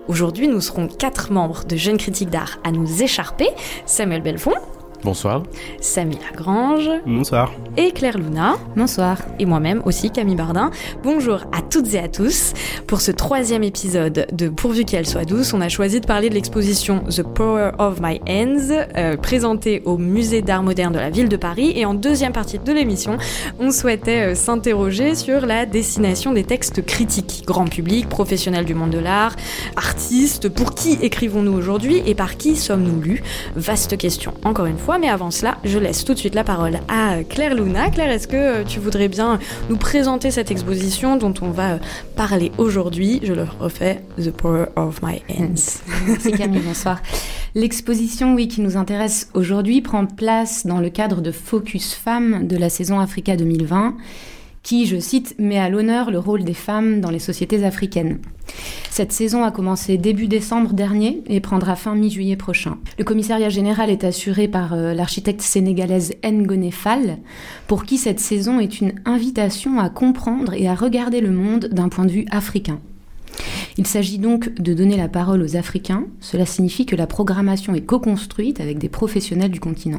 Aujourd'hui, nous serons 4 membres de Jeunes Critiques d'Art à nous écharper. Samuel Belfond. Bonsoir. Samy Lagrange. Bonsoir. Et Claire Luna. Bonsoir. Et moi-même aussi, Camille Bardin. Bonjour à toutes et à tous. Pour ce 3e épisode de Pourvu qu'elle soit douce, on a choisi de parler de l'exposition The Power of My Hands, présentée au Musée d'Art Moderne de la Ville de Paris. Et en deuxième partie de l'émission, on souhaitait s'interroger sur la destination des textes critiques. Grand public, professionnels du monde de l'art, artistes, pour qui écrivons-nous aujourd'hui et par qui sommes-nous lus ? Vaste question, encore une fois. Mais avant cela, je laisse tout de suite la parole à Claire Luna. Claire, est-ce que tu voudrais bien nous présenter cette exposition dont on va parler aujourd'hui ? Je le refais, The Power of My Hands. Merci Camille, bonsoir. L'exposition, qui nous intéresse aujourd'hui prend place dans le cadre de Focus Femmes de la saison Africa 2020, qui, je cite, met à l'honneur le rôle des femmes dans les sociétés africaines. Cette saison a commencé début décembre dernier et prendra fin mi-juillet prochain. Le commissariat général est assuré par l'architecte sénégalaise Ngoné Fall, pour qui cette saison est une invitation à comprendre et à regarder le monde d'un point de vue africain. Il s'agit donc de donner la parole aux Africains. Cela signifie que la programmation est co-construite avec des professionnels du continent.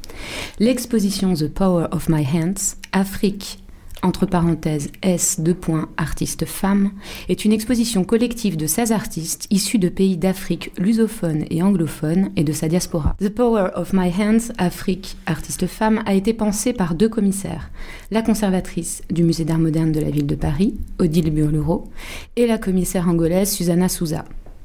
L'exposition The Power of My Hands, Afrique, entre parenthèses S, artistes femmes, est une exposition collective de 16 artistes issus de pays d'Afrique lusophone et anglophone et de sa diaspora. The Power of My Hands, Afrique, artistes femmes, a été pensée par 2 commissaires, la conservatrice du Musée d'Art Moderne de la Ville de Paris, Odile Burluro, et la commissaire angolaise Susana Souza.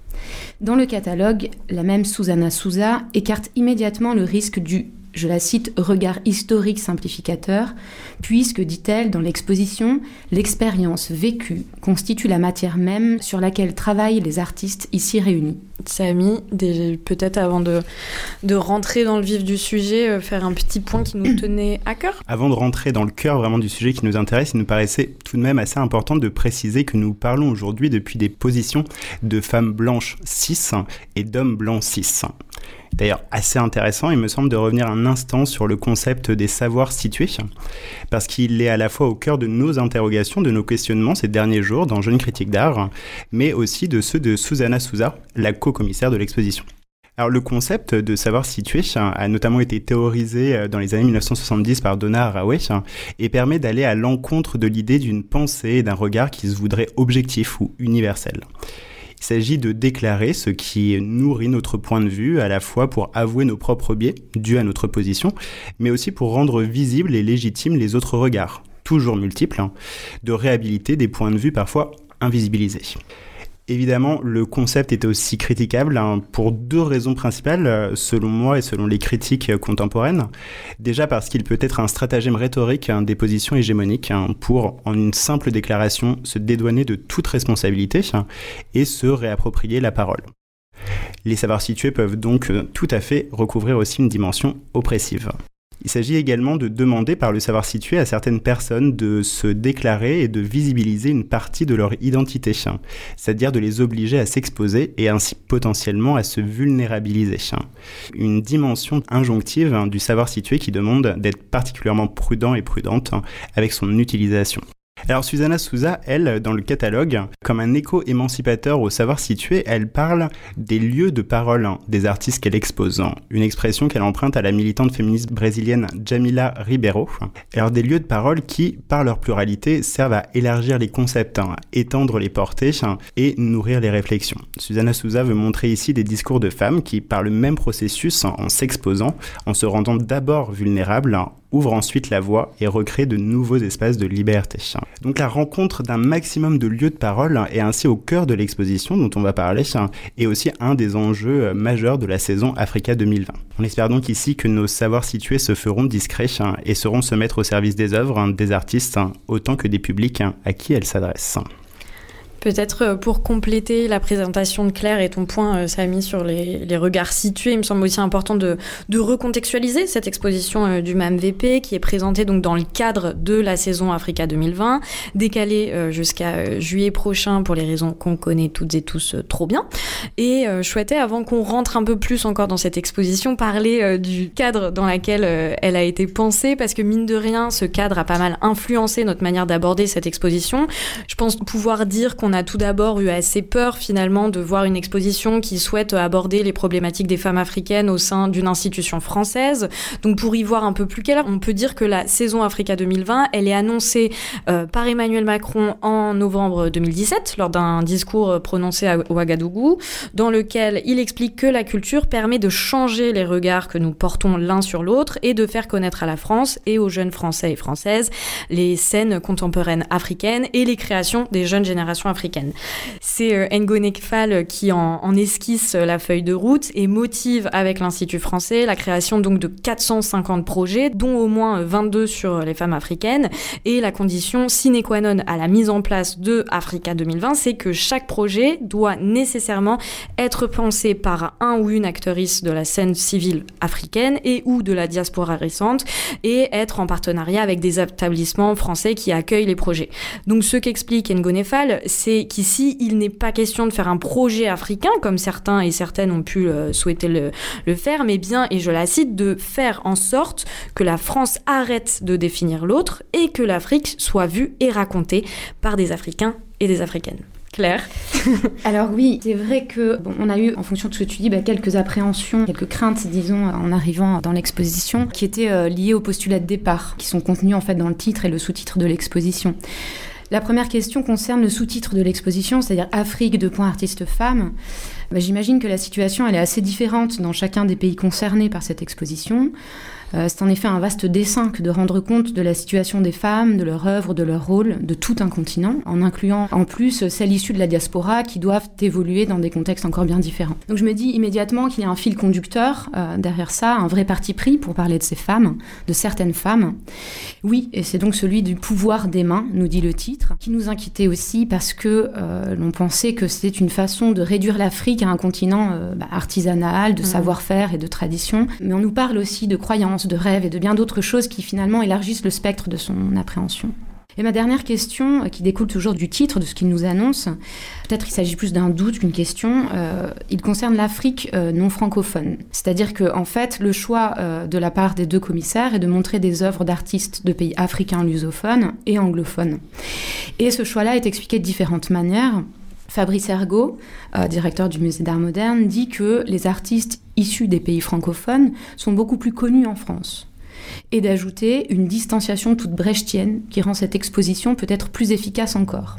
Dans le catalogue, la même Susana Souza écarte immédiatement le risque du, je la cite, regard historique simplificateur, puisque, dit-elle dans l'exposition, l'expérience vécue constitue la matière même sur laquelle travaillent les artistes ici réunis. Samy, peut-être avant de rentrer dans le vif du sujet, faire un petit point qui nous tenait à cœur. Avant de rentrer dans le cœur vraiment du sujet qui nous intéresse, il nous paraissait tout de même assez important de préciser que nous parlons aujourd'hui depuis des positions de femmes blanches cis et d'hommes blancs cis. D'ailleurs, assez intéressant, il me semble, de revenir un instant sur le concept des savoirs situés, parce qu'il est à la fois au cœur de nos interrogations, de nos questionnements ces derniers jours dans Jeunes Critiques d'Art, mais aussi de ceux de Susana Souza, la co-commissaire de l'exposition. Alors, le concept de savoir situé a notamment été théorisé dans les années 1970 par Donna Haraway et permet d'aller à l'encontre de l'idée d'une pensée et d'un regard qui se voudrait objectif ou universel. Il s'agit de déclarer ce qui nourrit notre point de vue, à la fois pour avouer nos propres biais, dus à notre position, mais aussi pour rendre visibles et légitimes les autres regards, toujours multiples, de réhabiliter des points de vue parfois invisibilisés. Évidemment, le concept est aussi critiquable pour 2 raisons principales, selon moi et selon les critiques contemporaines. Déjà parce qu'il peut être un stratagème rhétorique des positions hégémoniques pour, en une simple déclaration, se dédouaner de toute responsabilité et se réapproprier la parole. Les savoirs situés peuvent donc tout à fait recouvrir aussi une dimension oppressive. Il s'agit également de demander par le savoir situé à certaines personnes de se déclarer et de visibiliser une partie de leur identité, c'est-à-dire de les obliger à s'exposer et ainsi potentiellement à se vulnérabiliser. Une dimension injonctive du savoir situé qui demande d'être particulièrement prudent et prudente avec son utilisation. Alors Susana Souza, elle, dans le catalogue, comme un écho émancipateur au savoir situé, elle parle des lieux de parole des artistes qu'elle expose, une expression qu'elle emprunte à la militante féministe brésilienne Jamila Ribeiro. Alors des lieux de parole qui, par leur pluralité, servent à élargir les concepts, étendre les portées et nourrir les réflexions. Susana Souza veut montrer ici des discours de femmes qui, par le même processus, en s'exposant, en se rendant d'abord vulnérables, ouvrent ensuite la voie et recréent de nouveaux espaces de liberté. Donc la rencontre d'un maximum de lieux de parole est ainsi au cœur de l'exposition dont on va parler et aussi un des enjeux majeurs de la saison Africa 2020. On espère donc ici que nos savoirs situés se feront discrets et sauront se mettre au service des œuvres, des artistes, autant que des publics à qui elles s'adressent. Peut-être pour compléter la présentation de Claire et ton point, Samy, sur les regards situés, il me semble aussi important de recontextualiser cette exposition du MAMVP qui est présentée donc dans le cadre de la saison Africa 2020, décalée jusqu'à juillet prochain pour les raisons qu'on connaît toutes et tous trop bien. Et je souhaitais, avant qu'on rentre un peu plus encore dans cette exposition, parler du cadre dans lequel elle a été pensée, parce que mine de rien, ce cadre a pas mal influencé notre manière d'aborder cette exposition. Je pense pouvoir dire qu'on on a tout d'abord eu assez peur finalement de voir une exposition qui souhaite aborder les problématiques des femmes africaines au sein d'une institution française. Donc pour y voir un peu plus clair, on peut dire que la saison Africa 2020, elle est annoncée par Emmanuel Macron en novembre 2017 lors d'un discours prononcé à Ouagadougou, dans lequel il explique que la culture permet de changer les regards que nous portons l'un sur l'autre et de faire connaître à la France et aux jeunes Français et Françaises les scènes contemporaines africaines et les créations des jeunes générations africaines. C'est Ngone Fall qui en esquisse la feuille de route et motive avec l'Institut français la création donc de 450 projets, dont au moins 22 sur les femmes africaines. Et la condition sine qua non à la mise en place de Africa 2020, c'est que chaque projet doit nécessairement être pensé par un ou une actrice de la scène civile africaine et ou de la diaspora récente et être en partenariat avec des établissements français qui accueillent les projets. Donc ce qu'explique Ngone Fall, c'est qu'ici, il n'est pas question de faire un projet africain, comme certains et certaines ont pu souhaiter le faire, mais bien, et je la cite, de faire en sorte que la France arrête de définir l'autre et que l'Afrique soit vue et racontée par des Africains et des Africaines. Claire? Alors oui, c'est vrai que on a eu, en fonction de ce que tu dis, quelques appréhensions, quelques craintes, disons, en arrivant dans l'exposition, qui étaient liées aux postulats de départ, qui sont contenus en fait dans le titre et le sous-titre de l'exposition. La première question concerne le sous-titre de l'exposition, c'est-à-dire Afrique, artistes femmes. J'imagine que la situation elle est assez différente dans chacun des pays concernés par cette exposition. C'est en effet un vaste dessein que de rendre compte de la situation des femmes, de leur œuvre, de leur rôle, de tout un continent, en incluant en plus celles issues de la diaspora qui doivent évoluer dans des contextes encore bien différents. Donc je me dis immédiatement qu'il y a un fil conducteur derrière ça, un vrai parti pris pour parler de ces femmes, de certaines femmes. Oui, et c'est donc celui du pouvoir des mains, nous dit le titre, qui nous inquiétait aussi parce que l'on pensait que c'était une façon de réduire l'Afrique à un continent artisanal, de savoir-faire et de tradition. Mais on nous parle aussi de croyances, de rêves et de bien d'autres choses qui finalement élargissent le spectre de son appréhension. Et ma dernière question, qui découle toujours du titre, de ce qu'il nous annonce, peut-être il s'agit plus d'un doute qu'une question, il concerne l'Afrique non francophone. C'est-à-dire que, en fait, le choix de la part des deux commissaires est de montrer des œuvres d'artistes de pays africains lusophones et anglophones. Et ce choix-là est expliqué de différentes manières. Fabrice Ergaud, directeur du Musée d'Art Moderne, dit que les artistes issus des pays francophones sont beaucoup plus connus en France. Et d'ajouter une distanciation toute brechtienne qui rend cette exposition peut-être plus efficace encore.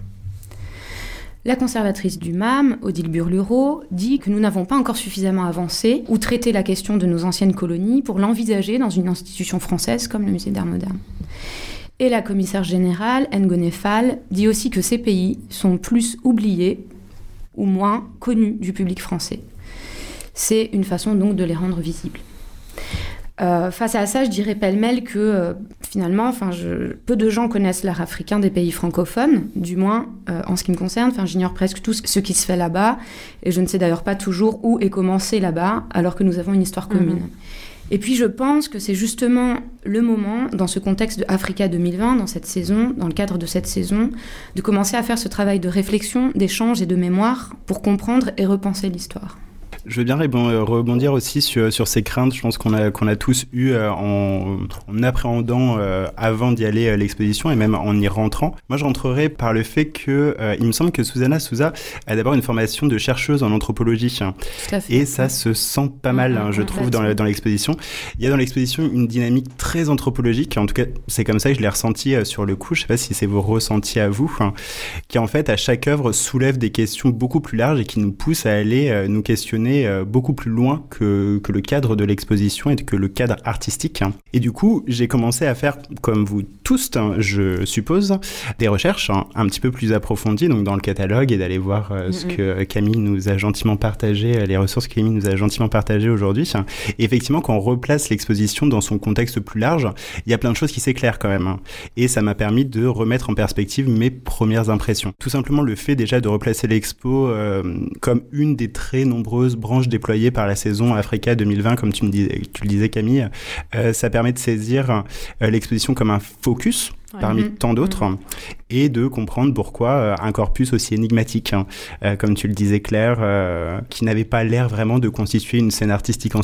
La conservatrice du MAM, Odile Burlureau, dit que nous n'avons pas encore suffisamment avancé ou traité la question de nos anciennes colonies pour l'envisager dans une institution française comme le Musée d'Art Moderne. Et la commissaire générale, Ngone Fall, dit aussi que ces pays sont plus oubliés ou moins connus du public français. C'est une façon donc de les rendre visibles. Face à ça, je dirais pêle-mêle que finalement, peu de gens connaissent l'art africain des pays francophones, du moins en ce qui me concerne. J'ignore presque tout ce qui se fait là-bas, et je ne sais d'ailleurs pas toujours où est commencé là-bas, alors que nous avons une histoire commune. Et puis je pense que c'est justement le moment, dans ce contexte de Africa 2020, dans cette saison, dans le cadre de cette saison, de commencer à faire ce travail de réflexion, d'échange et de mémoire pour comprendre et repenser l'histoire. Je veux bien rebondir aussi sur ces craintes, je pense qu'on a tous eu en appréhendant avant d'y aller à l'exposition et même en y rentrant. Moi, je rentrerai par le fait que il me semble que Susana Souza a d'abord une formation de chercheuse en anthropologie. Tout à fait. Et ça se sent pas mal, je trouve, dans l'exposition. Il y a dans l'exposition une dynamique très anthropologique, en tout cas, c'est comme ça que je l'ai ressenti sur le coup, je sais pas si c'est vos ressentis à vous, qui en fait, à chaque œuvre, soulève des questions beaucoup plus larges et qui nous poussent à aller nous questionner beaucoup plus loin que le cadre de l'exposition et que le cadre artistique. Et du coup, j'ai commencé à faire, comme vous tous, je suppose, des recherches un petit peu plus approfondies donc dans le catalogue et d'aller voir ce que Camille nous a gentiment partagé, les ressources que Camille nous a gentiment partagées aujourd'hui. Et effectivement, quand on replace l'exposition dans son contexte plus large, il y a plein de choses qui s'éclairent quand même. Et ça m'a permis de remettre en perspective mes premières impressions. Tout simplement le fait déjà de replacer l'expo comme une des très nombreuses branches déployées par la saison Africa 2020, comme tu le disais Camille, ça permet de saisir l'exposition comme un focus parmi tant d'autres et de comprendre pourquoi un corpus aussi énigmatique, comme tu le disais Claire, qui n'avait pas l'air vraiment de constituer une scène artistique en soi,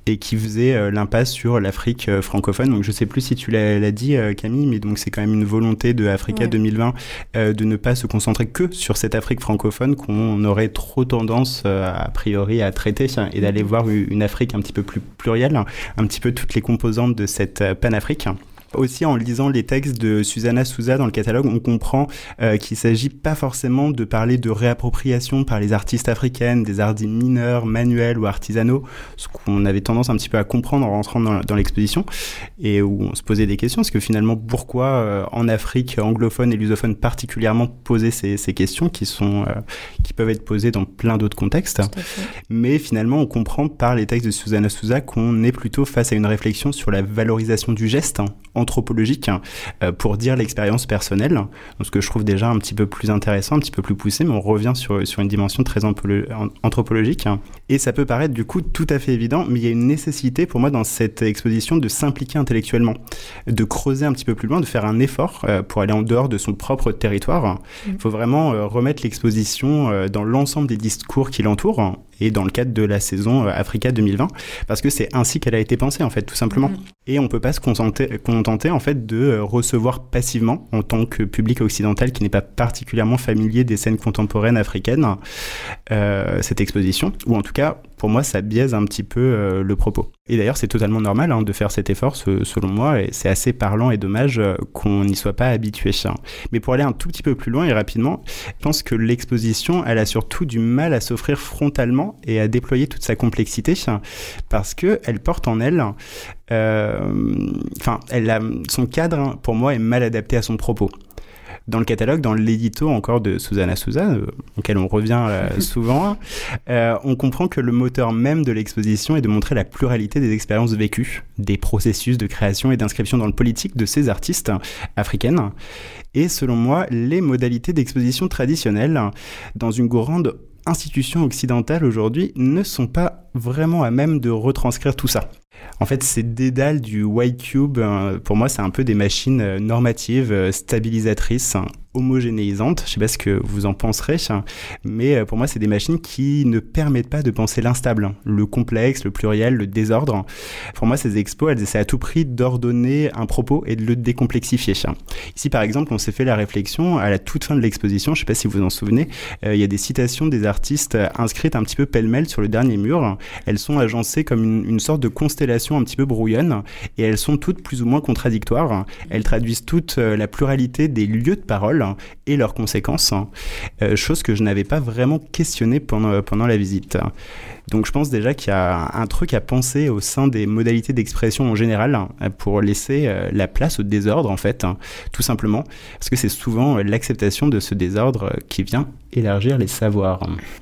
et qui faisait l'impasse sur l'Afrique francophone. Donc je sais plus si tu l'as dit, Camille, mais donc c'est quand même une volonté de Africa 2020 de ne pas se concentrer que sur cette Afrique francophone qu'on aurait trop tendance a priori à traiter et d'aller voir une Afrique un petit peu plus plurielle, un petit peu toutes les composantes de cette Panafrique. Aussi, en lisant les textes de Susana Souza dans le catalogue, on comprend qu'il ne s'agit pas forcément de parler de réappropriation par les artistes africaines, des arts dits mineurs, manuels ou artisanaux, ce qu'on avait tendance un petit peu à comprendre en rentrant dans l'exposition, et où on se posait des questions, parce que finalement, pourquoi en Afrique anglophone et lusophone particulièrement poser ces questions qui peuvent être posées dans plein d'autres contextes. Mais finalement, on comprend par les textes de Susana Souza qu'on est plutôt face à une réflexion sur la valorisation du geste, anthropologique pour dire l'expérience personnelle, donc ce que je trouve déjà un petit peu plus intéressant, un petit peu plus poussé, mais on revient sur une dimension très anthropologique, et ça peut paraître du coup tout à fait évident, mais il y a une nécessité pour moi dans cette exposition de s'impliquer intellectuellement, de creuser un petit peu plus loin, de faire un effort pour aller en dehors de son propre territoire. Il faut vraiment remettre l'exposition dans l'ensemble des discours qui l'entourent, et dans le cadre de la saison Africa 2020, parce que c'est ainsi qu'elle a été pensée en fait, tout simplement. Et on peut pas se contenter en fait de recevoir passivement en tant que public occidental qui n'est pas particulièrement familier des scènes contemporaines africaines cette exposition, ou en tout cas pour moi ça biaise un petit peu le propos. Et d'ailleurs c'est totalement normal de faire cet effort selon moi, et c'est assez parlant et dommage qu'on n'y soit pas habitué. Mais pour aller un tout petit peu plus loin et rapidement, je pense que l'exposition elle a surtout du mal à s'offrir frontalement et à déployer toute sa complexité, parce qu'elle porte en elle son cadre, pour moi, est mal adapté à son propos. Dans le catalogue, dans l'édito encore de Susana Souza, auquel on revient souvent, on comprend que le moteur même de l'exposition est de montrer la pluralité des expériences vécues, des processus de création et d'inscription dans le politique de ces artistes africaines. Et selon moi, les modalités d'exposition traditionnelles dans une grande institutions occidentales aujourd'hui ne sont pas vraiment à même de retranscrire tout ça. En fait, ces dédales du White Cube, pour moi, c'est un peu des machines normatives, stabilisatrices, homogénéisantes. Je ne sais pas ce que vous en penserez, mais pour moi, c'est des machines qui ne permettent pas de penser l'instable, le complexe, le pluriel, le désordre. Pour moi, ces expos, elles essaient à tout prix d'ordonner un propos et de le décomplexifier. Ici, par exemple, on s'est fait la réflexion à la toute fin de l'exposition, je ne sais pas si vous vous en souvenez, il y a des citations des artistes inscrites un petit peu pêle-mêle sur le dernier mur. Elles sont agencées comme une sorte de constellation un petit peu brouillonne, et elles sont toutes plus ou moins contradictoires. Elles traduisent toute la pluralité des lieux de parole et leurs conséquences, chose que je n'avais pas vraiment questionnée pendant la visite. Donc je pense déjà qu'il y a un truc à penser au sein des modalités d'expression en général pour laisser la place au désordre en fait, tout simplement, parce que c'est souvent l'acceptation de ce désordre qui vient élargir les savoirs. Samuel ?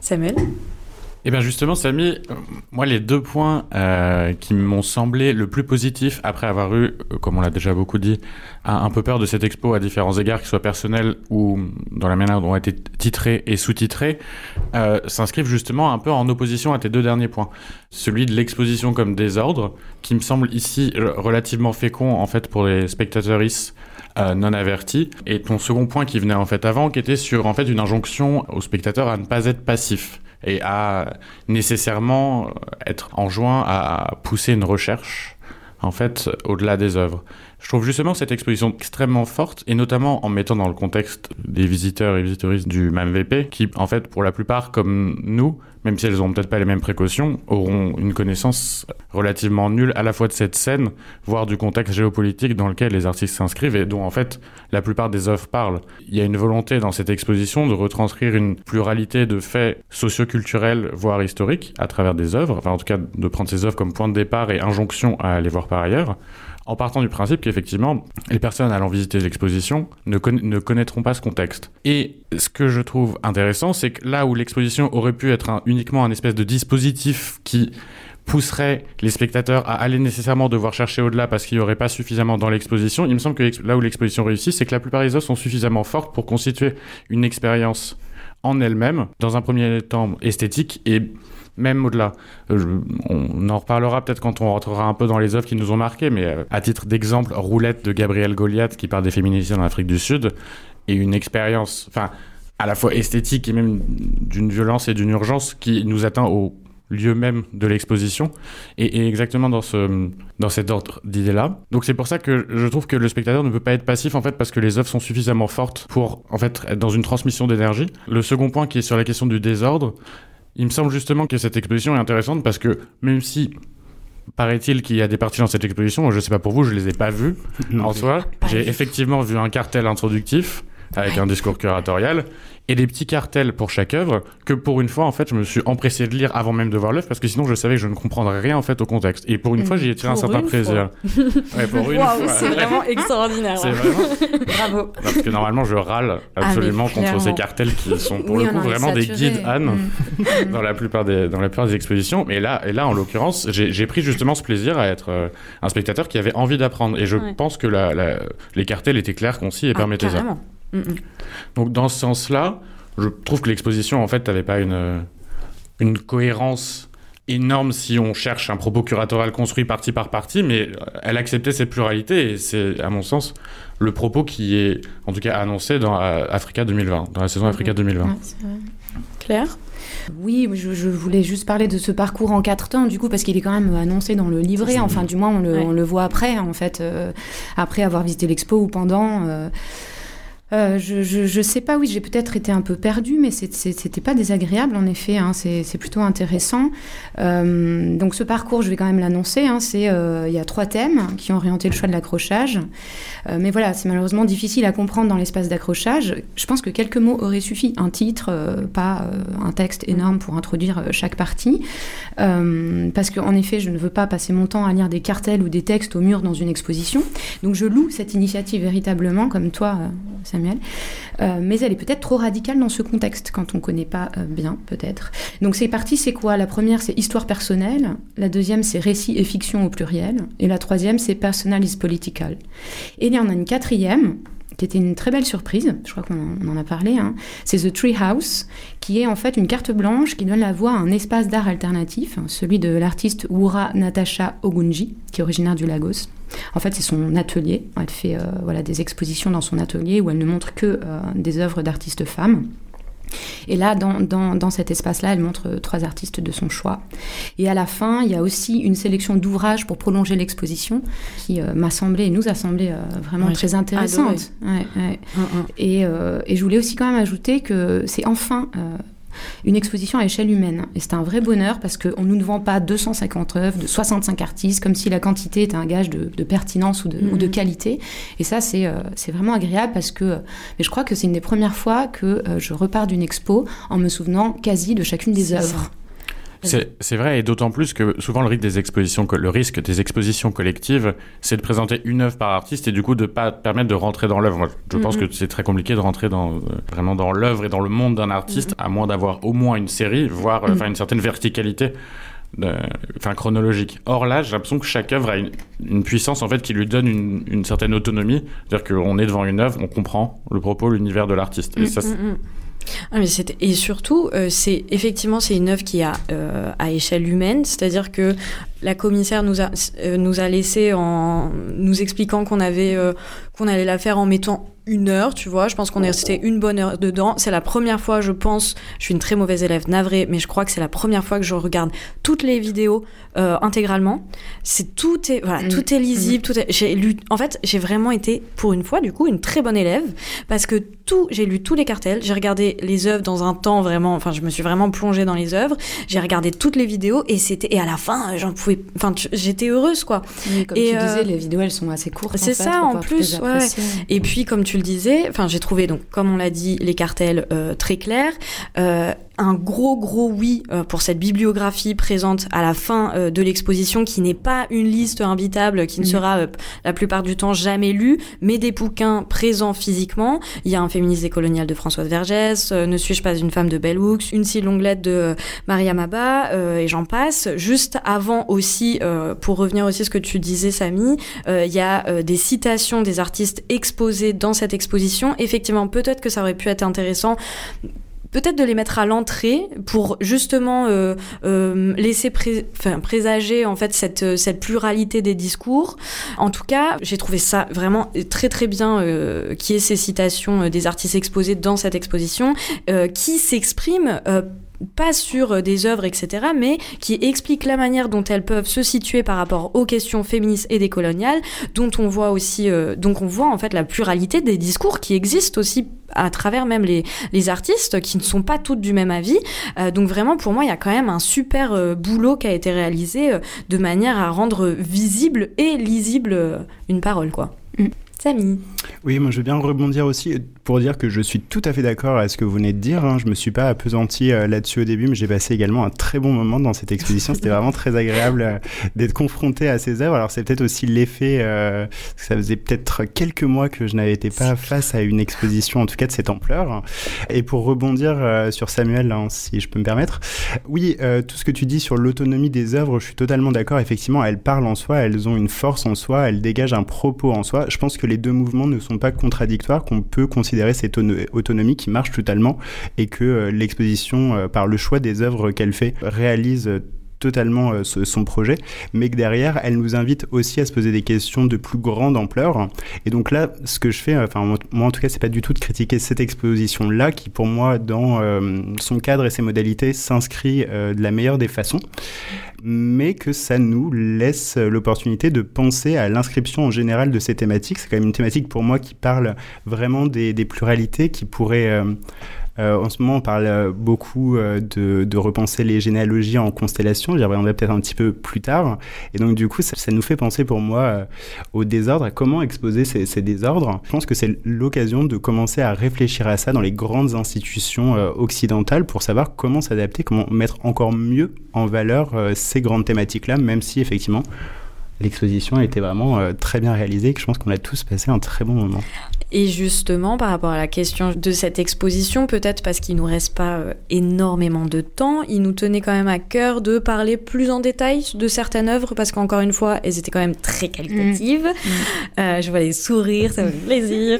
Eh bien justement, Samy, moi les deux points qui m'ont semblé le plus positifs après avoir eu, comme on l'a déjà beaucoup dit, un peu peur de cette expo à différents égards, qu'ils soient personnels ou dans la manière dont ont été titrés et sous-titrés, s'inscrivent justement un peu en opposition à tes deux derniers points. Celui de l'exposition comme désordre, qui me semble ici relativement fécond en fait pour les spectateuristes non avertis, et ton second point qui venait en fait avant, qui était sur en fait une injonction aux spectateurs à ne pas être passifs et à nécessairement être enjoint à pousser une recherche en fait au-delà des œuvres. Je trouve justement cette exposition extrêmement forte, et notamment en mettant dans le contexte des visiteurs et visiteuristes du MAMVP qui, en fait, pour la plupart, comme nous, même si elles n'auront peut-être pas les mêmes précautions, auront une connaissance relativement nulle à la fois de cette scène, voire du contexte géopolitique dans lequel les artistes s'inscrivent et dont, en fait, la plupart des œuvres parlent. Il y a une volonté dans cette exposition de retranscrire une pluralité de faits socioculturels, voire historiques, à travers des œuvres, enfin en tout cas de prendre ces œuvres comme point de départ et injonction à aller voir par ailleurs, en partant du principe qu'effectivement, les personnes allant visiter l'exposition ne connaîtront pas ce contexte. Et ce que je trouve intéressant, c'est que là où l'exposition aurait pu être uniquement un espèce de dispositif qui pousserait les spectateurs à aller nécessairement devoir chercher au-delà parce qu'il n'y aurait pas suffisamment dans l'exposition, il me semble que là où l'exposition réussit, c'est que la plupart des œuvres sont suffisamment fortes pour constituer une expérience en elle-même, dans un premier temps esthétique et même au-delà. On en reparlera peut-être quand on rentrera un peu dans les œuvres qui nous ont marqués, mais à titre d'exemple, Roulette de Gabriel Goliath, qui parle des féminicides en Afrique du Sud, est une expérience, à la fois esthétique et même d'une violence et d'une urgence qui nous atteint au lieu même de l'exposition, et exactement dans cet ordre d'idées-là. Donc c'est pour ça que je trouve que le spectateur ne peut pas être passif, en fait, parce que les œuvres sont suffisamment fortes pour, en fait, être dans une transmission d'énergie. Le second point, qui est sur la question du désordre, il me semble justement que cette exposition est intéressante parce que, même si paraît-il qu'il y a des parties dans cette exposition, je ne sais pas pour vous, je ne les ai pas vues en soi. J'ai effectivement vu un cartel introductif avec un discours curatorial et des petits cartels pour chaque œuvre que pour une fois, en fait, je me suis empressé de lire avant même de voir l'œuvre parce que sinon je savais que je ne comprendrais rien, en fait, au contexte. Et pour une fois, j'y ai tiré un certain plaisir. Ouais, pour une fois. C'est vraiment extraordinaire. C'est vraiment... Bravo. Parce que normalement, je râle absolument contre ces cartels qui sont pour le coup vraiment des guides Anne dans la plupart des expositions. Et là, en l'occurrence, j'ai pris justement ce plaisir à être un spectateur qui avait envie d'apprendre. Et je pense que les cartels étaient clairs, concis et permettaient ça. Donc dans ce sens-là, je trouve que l'exposition en fait n'avait pas une cohérence énorme si on cherche un propos curatorial construit partie par partie, mais elle acceptait cette pluralité et c'est à mon sens le propos qui est en tout cas annoncé dans Africa 2020, dans la saison Africa 2020. Ouais, c'est vrai. Claire ? Oui, je voulais juste parler de ce parcours en 4 temps, du coup, parce qu'il est quand même annoncé dans le livret. Enfin, du moins, on le voit après, en fait, après avoir visité l'expo ou pendant. Je sais pas, oui, j'ai peut-être été un peu perdue, mais c'était pas désagréable, en effet, hein, c'est plutôt intéressant. Donc ce parcours, je vais quand même l'annoncer, hein, il y a 3 thèmes qui ont orienté le choix de l'accrochage. Mais voilà, c'est malheureusement difficile à comprendre dans l'espace d'accrochage. Je pense que quelques mots auraient suffi, un titre, pas un texte énorme pour introduire chaque partie. Parce qu'en effet, je ne veux pas passer mon temps à lire des cartels ou des textes au mur dans une exposition. Donc je loue cette initiative véritablement, comme toi, Samuel. Mais elle est peut-être trop radicale dans ce contexte, quand on ne connaît pas bien, peut-être. Donc ces parties, c'est quoi ? La première, c'est histoire personnelle. La deuxième, c'est récit et fiction au pluriel. Et la troisième, c'est personal is political. Et il y en a une quatrième, qui était une très belle surprise, je crois qu'on en a parlé, hein. C'est The Tree House, qui est en fait une carte blanche qui donne la voix à un espace d'art alternatif, celui de l'artiste Wura Natasha Ogunji, qui est originaire du Lagos. En fait, c'est son atelier. Elle fait des expositions dans son atelier où elle ne montre que des œuvres d'artistes femmes. Et là, dans cet espace-là, elle montre 3 artistes de son choix. Et à la fin, il y a aussi une sélection d'ouvrages pour prolonger l'exposition qui nous a semblé vraiment très intéressante. Et je voulais aussi quand même ajouter que c'est enfin une exposition à échelle humaine. Et c'est un vrai bonheur parce qu'on ne nous vend pas 250 œuvres de 65 artistes comme si la quantité était un gage de pertinence ou de qualité. Et ça, c'est vraiment agréable parce que mais je crois que c'est une des premières fois que je repars d'une expo en me souvenant quasi de chacune des œuvres. C'est vrai, et d'autant plus que souvent le risque des expositions collectives, c'est de présenter une œuvre par artiste et du coup de pas permettre de rentrer dans l'œuvre. Moi, je pense que c'est très compliqué de rentrer vraiment dans l'œuvre et dans le monde d'un artiste, à moins d'avoir au moins une série, voire une certaine verticalité chronologique. Or là, j'ai l'impression que chaque œuvre a une puissance en fait qui lui donne une certaine autonomie, c'est-à-dire qu'on est devant une œuvre, on comprend le propos, l'univers de l'artiste. Et ça, et surtout, c'est une œuvre qui a à échelle humaine, c'est-à-dire que la commissaire nous a laissé en nous expliquant qu'on allait la faire en mettant 1 heure, tu vois. Je pense qu'on est resté une bonne heure dedans. C'est la première fois, je pense, je suis une très mauvaise élève, navrée, mais je crois que c'est la première fois que je regarde toutes les vidéos intégralement. Tout est lisible, j'ai lu. En fait, j'ai vraiment été, pour une fois, du coup, une très bonne élève parce que j'ai lu tous les cartels, j'ai regardé les œuvres dans un temps vraiment, je me suis vraiment plongée dans les œuvres, j'ai regardé toutes les vidéos et à la fin, j'étais heureuse, quoi. Oui, comme tu disais, les vidéos, elles sont assez courtes. C'est ça, en plus, ouais. Et puis, comme tu le disais, j'ai trouvé, donc, comme on l'a dit, les cartels très clairs. Un gros oui pour cette bibliographie présente à la fin de l'exposition, qui n'est pas une liste imbitable, qui ne sera la plupart du temps jamais lue, mais des bouquins présents physiquement. Il y a un féministe décolonial de Françoise Vergès, Ne suis-je pas une femme de Bell Hooks, Une si longue lettre de Maria Maba, et j'en passe. Juste avant aussi, pour revenir aussi à ce que tu disais, Samy, il y a des citations des artistes exposés dans cette exposition. Effectivement, peut-être que ça aurait pu être intéressant peut-être de les mettre à l'entrée pour justement laisser présager en fait cette pluralité des discours. En tout cas, j'ai trouvé ça vraiment très très bien qu'il y ait ces citations des artistes exposés dans cette exposition qui s'expriment pas sur des œuvres, etc., mais qui expliquent la manière dont elles peuvent se situer par rapport aux questions féministes et décoloniales, dont on voit aussi, donc on voit en fait la pluralité des discours qui existent aussi à travers même les artistes qui ne sont pas toutes du même avis. Donc vraiment, pour moi, il y a quand même un super boulot qui a été réalisé de manière à rendre visible et lisible une parole, quoi. Samy. Oui, moi je veux bien rebondir aussi pour dire que je suis tout à fait d'accord avec ce que vous venez de dire. Je me suis pas appesanti là-dessus au début, mais j'ai passé également un très bon moment dans cette exposition. C'était vraiment très agréable d'être confronté à ces œuvres. Alors c'est peut-être aussi l'effet, ça faisait peut-être quelques mois que je n'avais été pas face à une exposition, en tout cas de cette ampleur. Et pour rebondir sur Samuel, si je peux me permettre, oui, tout ce que tu dis sur l'autonomie des œuvres, je suis totalement d'accord. Effectivement, elles parlent en soi, elles ont une force en soi, elles dégagent un propos en soi. Je pense que les deux mouvements ne sont pas contradictoires, qu'on peut considérer cette autonomie qui marche totalement et que l'exposition, par le choix des œuvres qu'elle fait, réalise totalement son projet, mais que derrière, elle nous invite aussi à se poser des questions de plus grande ampleur. Et donc là, ce que je fais, moi en tout cas, c'est pas du tout de critiquer cette exposition-là, qui pour moi, dans son cadre et ses modalités, s'inscrit de la meilleure des façons, mais que ça nous laisse l'opportunité de penser à l'inscription en général de ces thématiques. C'est quand même une thématique pour moi qui parle vraiment des pluralités, qui pourrait... en ce moment, on parle beaucoup de repenser les généalogies en constellations. J'y reviendrai peut-être un petit peu plus tard. Et donc, du coup, ça nous fait penser pour moi au désordre, à comment exposer ces désordres. Je pense que c'est l'occasion de commencer à réfléchir à ça dans les grandes institutions occidentales pour savoir comment s'adapter, comment mettre encore mieux en valeur ces grandes thématiques-là, même si, effectivement, l'exposition a été vraiment très bien réalisée et que je pense qu'on a tous passé un très bon moment. Et justement, par rapport à la question de cette exposition, peut-être parce qu'il ne nous reste pas énormément de temps, il nous tenait quand même à cœur de parler plus en détail de certaines œuvres, parce qu'encore une fois, elles étaient quand même très qualitatives. Je vois les sourires, ça me fait plaisir.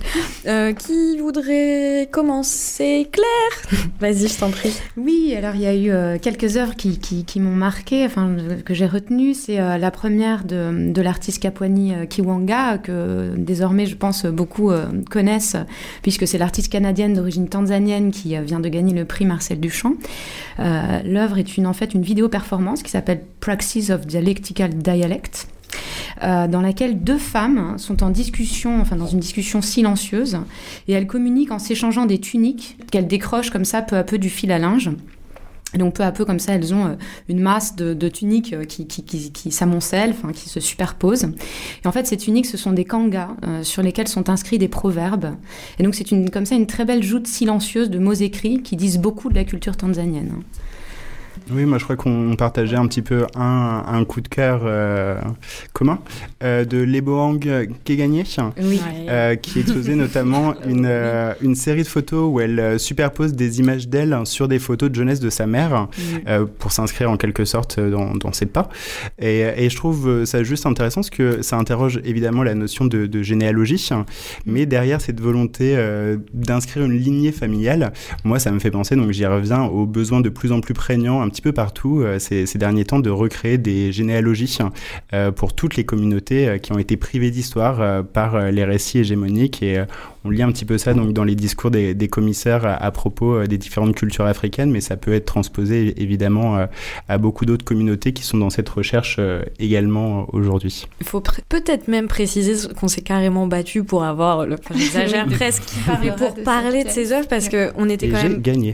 Qui voudrait commencer? Claire? Vas-y, je t'en prie. Oui, alors il y a eu quelques œuvres qui m'ont marquée, que j'ai retenues. C'est la première de l'artiste Kapwani Kiwanga, que désormais, je pense, beaucoup connaissent, puisque c'est l'artiste canadienne d'origine tanzanienne qui vient de gagner le prix Marcel Duchamp. L'œuvre est en fait une vidéo-performance qui s'appelle Praxis of Dialectical Dialect, dans laquelle deux femmes sont en discussion, dans une discussion silencieuse, et elles communiquent en s'échangeant des tuniques qu'elles décrochent comme ça peu à peu du fil à linge. Et donc peu à peu, comme ça, elles ont une masse de tuniques qui s'amoncellent, qui se superposent. Et en fait, ces tuniques, ce sont des kangas sur lesquels sont inscrits des proverbes. Et donc c'est comme ça une très belle joute silencieuse de mots écrits qui disent beaucoup de la culture tanzanienne. Oui, moi je crois qu'on partageait un petit peu un coup de cœur commun de Leboang Keganye, oui. Qui exposait notamment une série de photos où elle superpose des images d'elle sur des photos de jeunesse de sa mère pour s'inscrire en quelque sorte dans ses pas. Et je trouve ça juste intéressant parce que ça interroge évidemment la notion de généalogie, mais derrière cette volonté d'inscrire une lignée familiale, moi ça me fait penser, donc j'y reviens, aux besoins de plus en plus prégnants un petit peu partout ces derniers temps de recréer des généalogies pour toutes les communautés qui ont été privées d'histoire par les récits hégémoniques, et on lit un petit peu ça donc dans les discours des commissaires à propos des différentes cultures africaines, mais ça peut être transposé évidemment à beaucoup d'autres communautés qui sont dans cette recherche également aujourd'hui. Il faut peut-être même préciser qu'on s'est carrément battu pour avoir, j'exagère presque, mais pour parler de ces œuvres, parce qu'on était quand même... j'ai gagné.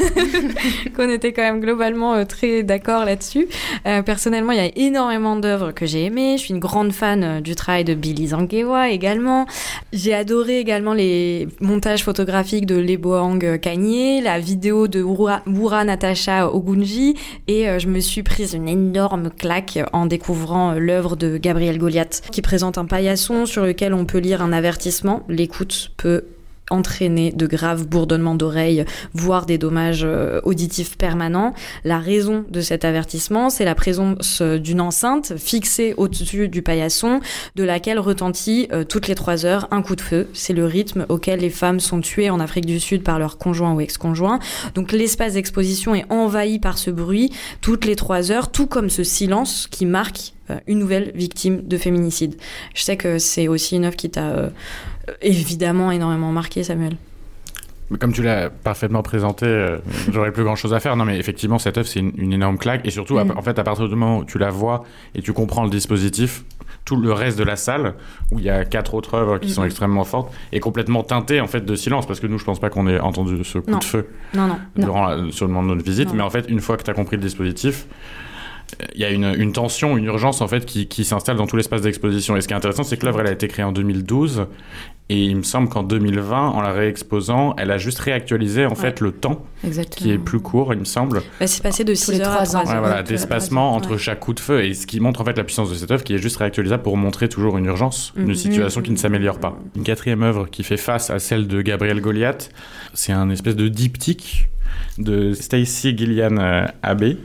qu'on était quand même globalement très d'accord là-dessus. Personnellement, il y a énormément d'œuvres que j'ai aimées. Je suis une grande fan du travail de Billy Zangewa également. J'ai adoré également les montages photographiques de Leboang Kanye, la vidéo de Wura Natasha Ogunji, et je me suis prise une énorme claque en découvrant l'œuvre de Gabriel Goliath, qui présente un paillasson sur lequel on peut lire un avertissement. L'écoute peut entraîner de graves bourdonnements d'oreilles, voire des dommages auditifs permanents. La raison de cet avertissement, c'est la présence d'une enceinte fixée au-dessus du paillasson, de laquelle retentit toutes les 3 heures un coup de feu. C'est le rythme auquel les femmes sont tuées en Afrique du Sud par leur conjoint ou ex-conjoint. Donc l'espace d'exposition est envahi par ce bruit toutes les 3 heures, tout comme ce silence qui marque une nouvelle victime de féminicide. Je sais que c'est aussi une œuvre qui t'a évidemment énormément marqué, Samuel. Comme tu l'as parfaitement présenté, j'aurais plus grand chose à faire. Non, mais effectivement, cette œuvre, c'est une énorme claque. Et surtout, en fait, à partir du moment où tu la vois et tu comprends le dispositif, tout le reste de la salle, où il y a 4 autres œuvres qui sont extrêmement fortes, est complètement teinté en fait de silence, parce que nous, je pense pas qu'on ait entendu ce coup de feu sur le moment de notre visite. Mais en fait, une fois que tu as compris le dispositif, il y a une tension, une urgence en fait qui s'installe dans tout l'espace d'exposition. Et ce qui est intéressant, c'est que l'œuvre, elle a été créée en 2012, et il me semble qu'en 2020, en la réexposant, elle a juste réactualisé en fait le temps. Exactement. Qui est plus court, il me semble. C'est passé de 6 heures à 3 heures. D'espacement entre chaque coup de feu, et ce qui montre en fait la puissance de cette œuvre, qui est juste réactualisable pour montrer toujours une urgence, une situation qui ne s'améliore pas. Une 4e œuvre qui fait face à celle de Gabriel Goliath, c'est un espèce de diptyque de Stacy Gillian Abbey,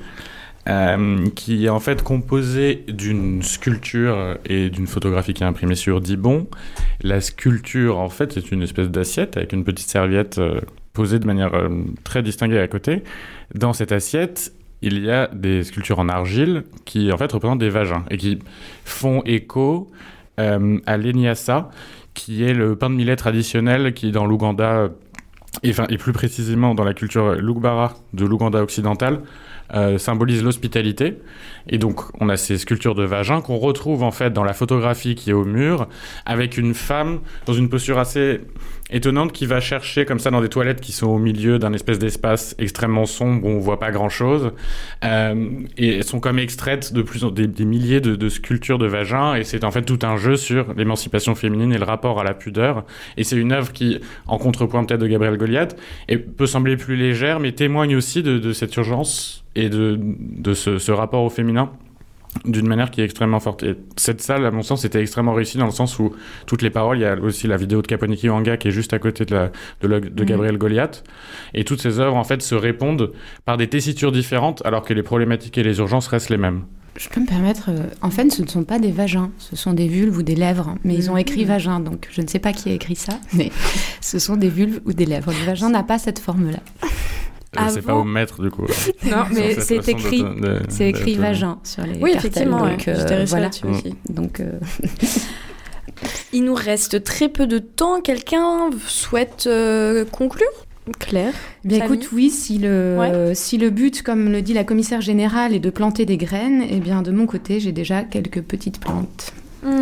qui est en fait composé d'une sculpture et d'une photographie qui est imprimée sur Dibond. La sculpture, en fait, c'est une espèce d'assiette avec une petite serviette posée de manière très distinguée à côté. Dans cette assiette, il y a des sculptures en argile qui, en fait, représentent des vagins et qui font écho à l'Enyasa, qui est le pain de millet traditionnel qui, dans l'Ouganda, et plus précisément dans la culture Lugbara de l'Ouganda occidental, symbolise l'hospitalité. Et donc on a ces sculptures de vagin qu'on retrouve en fait dans la photographie qui est au mur, avec une femme dans une posture assez étonnante qui va chercher comme ça dans des toilettes qui sont au milieu d'un espèce d'espace extrêmement sombre où on voit pas grand chose, et elles sont comme extraites de des milliers de sculptures de vagin, et c'est en fait tout un jeu sur l'émancipation féminine et le rapport à la pudeur. Et c'est une œuvre qui, en contrepoint peut-être de Gabriel Goliath, peut sembler plus légère, mais témoigne aussi de cette urgence et de ce rapport au féminin d'une manière qui est extrêmement forte. Et cette salle, à mon sens, était extrêmement réussie dans le sens où toutes les paroles, il y a aussi la vidéo de Kaponiki Wanga qui est juste à côté de Gabriel Goliath, et toutes ces œuvres en fait se répondent par des tessitures différentes alors que les problématiques et les urgences restent les mêmes. Je peux me permettre, en fait, ce ne sont pas des vagins, ce sont des vulves ou des lèvres, mais ils ont écrit vagin, donc je ne sais pas qui a écrit ça, mais ce sont des vulves ou des lèvres. Le vagin n'a pas cette forme-là. C'est pas au maître du coup. Non, mais c'est écrit, c'est écrit vagin sur les cartels. Effectivement, donc, j'étais voilà. Là-dessus aussi. Donc, il nous reste très peu de temps. Quelqu'un souhaite conclure ? Claire ? Bien écoute, oui, si le but, comme le dit la commissaire générale, est de planter des graines, eh bien de mon côté, j'ai déjà quelques petites plantes.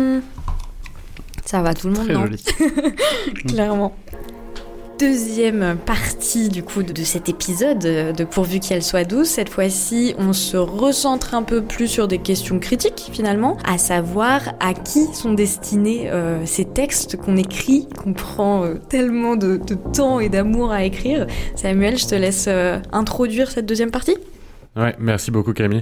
Ça va, tout le monde, non ? Joli. Clairement. Deuxième partie du coup de cet épisode de Pourvu qu'elle soit douce. Cette fois-ci, on se recentre un peu plus sur des questions critiques finalement, à savoir à qui sont destinés ces textes qu'on écrit, qu'on prend tellement de temps et d'amour à écrire. Samuel, je te laisse introduire cette deuxième partie. Ouais, merci beaucoup Camille.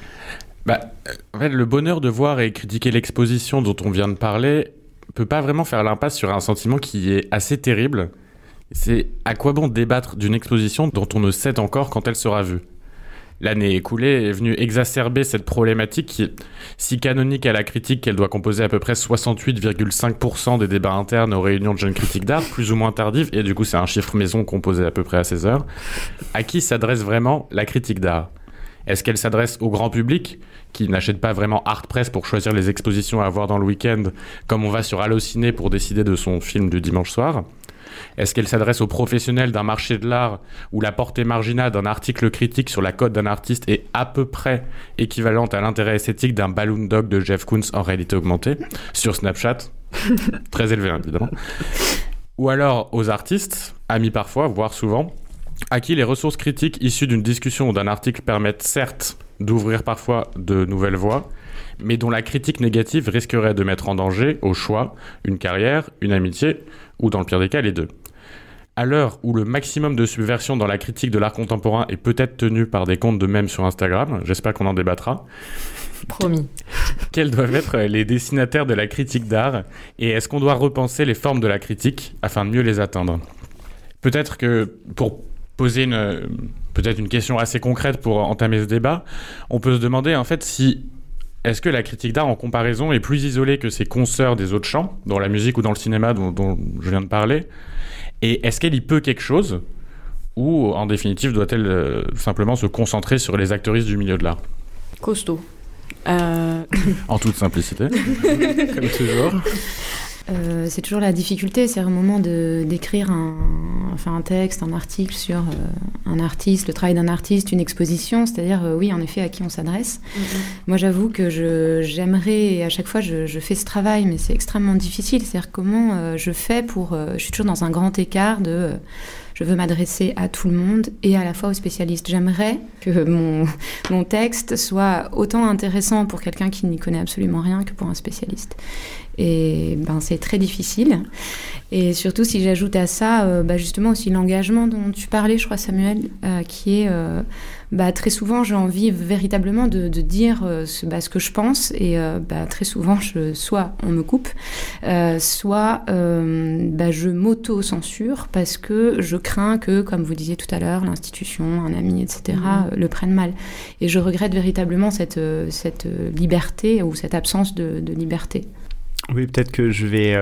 En fait, le bonheur de voir et critiquer l'exposition dont on vient de parler peut pas vraiment faire l'impasse sur un sentiment qui est assez terrible. C'est à quoi bon débattre d'une exposition dont on ne sait encore quand elle sera vue. L'année écoulée est venue exacerber cette problématique qui est si canonique à la critique qu'elle doit composer à peu près 68,5% des débats internes aux réunions de jeunes critiques d'art, plus ou moins tardives, et du coup c'est un chiffre maison composé à peu près à 16 heures. À qui s'adresse vraiment la critique d'art ? Est-ce qu'elle s'adresse au grand public, qui n'achète pas vraiment Art Press pour choisir les expositions à voir dans le week-end, comme on va sur Allociné pour décider de son film du dimanche soir ? Est-ce qu'elle s'adresse aux professionnels d'un marché de l'art où la portée marginale d'un article critique sur la cote d'un artiste est à peu près équivalente à l'intérêt esthétique d'un balloon dog de Jeff Koons en réalité augmentée sur Snapchat, très élevé évidemment, ou alors aux artistes, amis parfois, voire souvent, à qui les ressources critiques issues d'une discussion ou d'un article permettent certes d'ouvrir parfois de nouvelles voies, mais dont la critique négative risquerait de mettre en danger, au choix, une carrière, une amitié, ou dans le pire des cas, les deux. À l'heure où le maximum de subversion dans la critique de l'art contemporain est peut-être tenu par des comptes de mèmes sur Instagram, j'espère qu'on en débattra. Promis. Quels doivent être les destinataires de la critique d'art, et est-ce qu'on doit repenser les formes de la critique afin de mieux les atteindre ? Peut-être que, pour poser peut-être une question assez concrète pour entamer ce débat, on peut se demander en fait si est-ce que la critique d'art en comparaison est plus isolée que ses consoeurs des autres champs, dans la musique ou dans le cinéma dont je viens de parler, et est-ce qu'elle y peut quelque chose, ou en définitive doit-elle simplement se concentrer sur les actrices du milieu de l'art ? Costaud. En toute simplicité, comme toujours. C'est toujours la difficulté, c'est au moment d'écrire un texte, un article sur un artiste, le travail d'un artiste, une exposition, c'est-à-dire, oui, en effet, à qui on s'adresse. Moi, j'avoue que j'aimerais, et à chaque fois, je fais ce travail, mais c'est extrêmement difficile. C'est-à-dire comment je fais pour... je suis toujours dans un grand écart de... je veux m'adresser à tout le monde et à la fois aux spécialistes. J'aimerais que mon texte soit autant intéressant pour quelqu'un qui n'y connaît absolument rien que pour un spécialiste. Et c'est très difficile. Et surtout, si j'ajoute à ça, justement aussi l'engagement dont tu parlais, je crois, Samuel, qui est... très souvent, j'ai envie véritablement de dire ce que je pense. Et très souvent, soit on me coupe, soit je m'auto-censure parce que je crains que, comme vous disiez tout à l'heure, l'institution, un ami, etc., le prennent mal. Et je regrette véritablement cette liberté ou cette absence de liberté. Oui, peut-être que je vais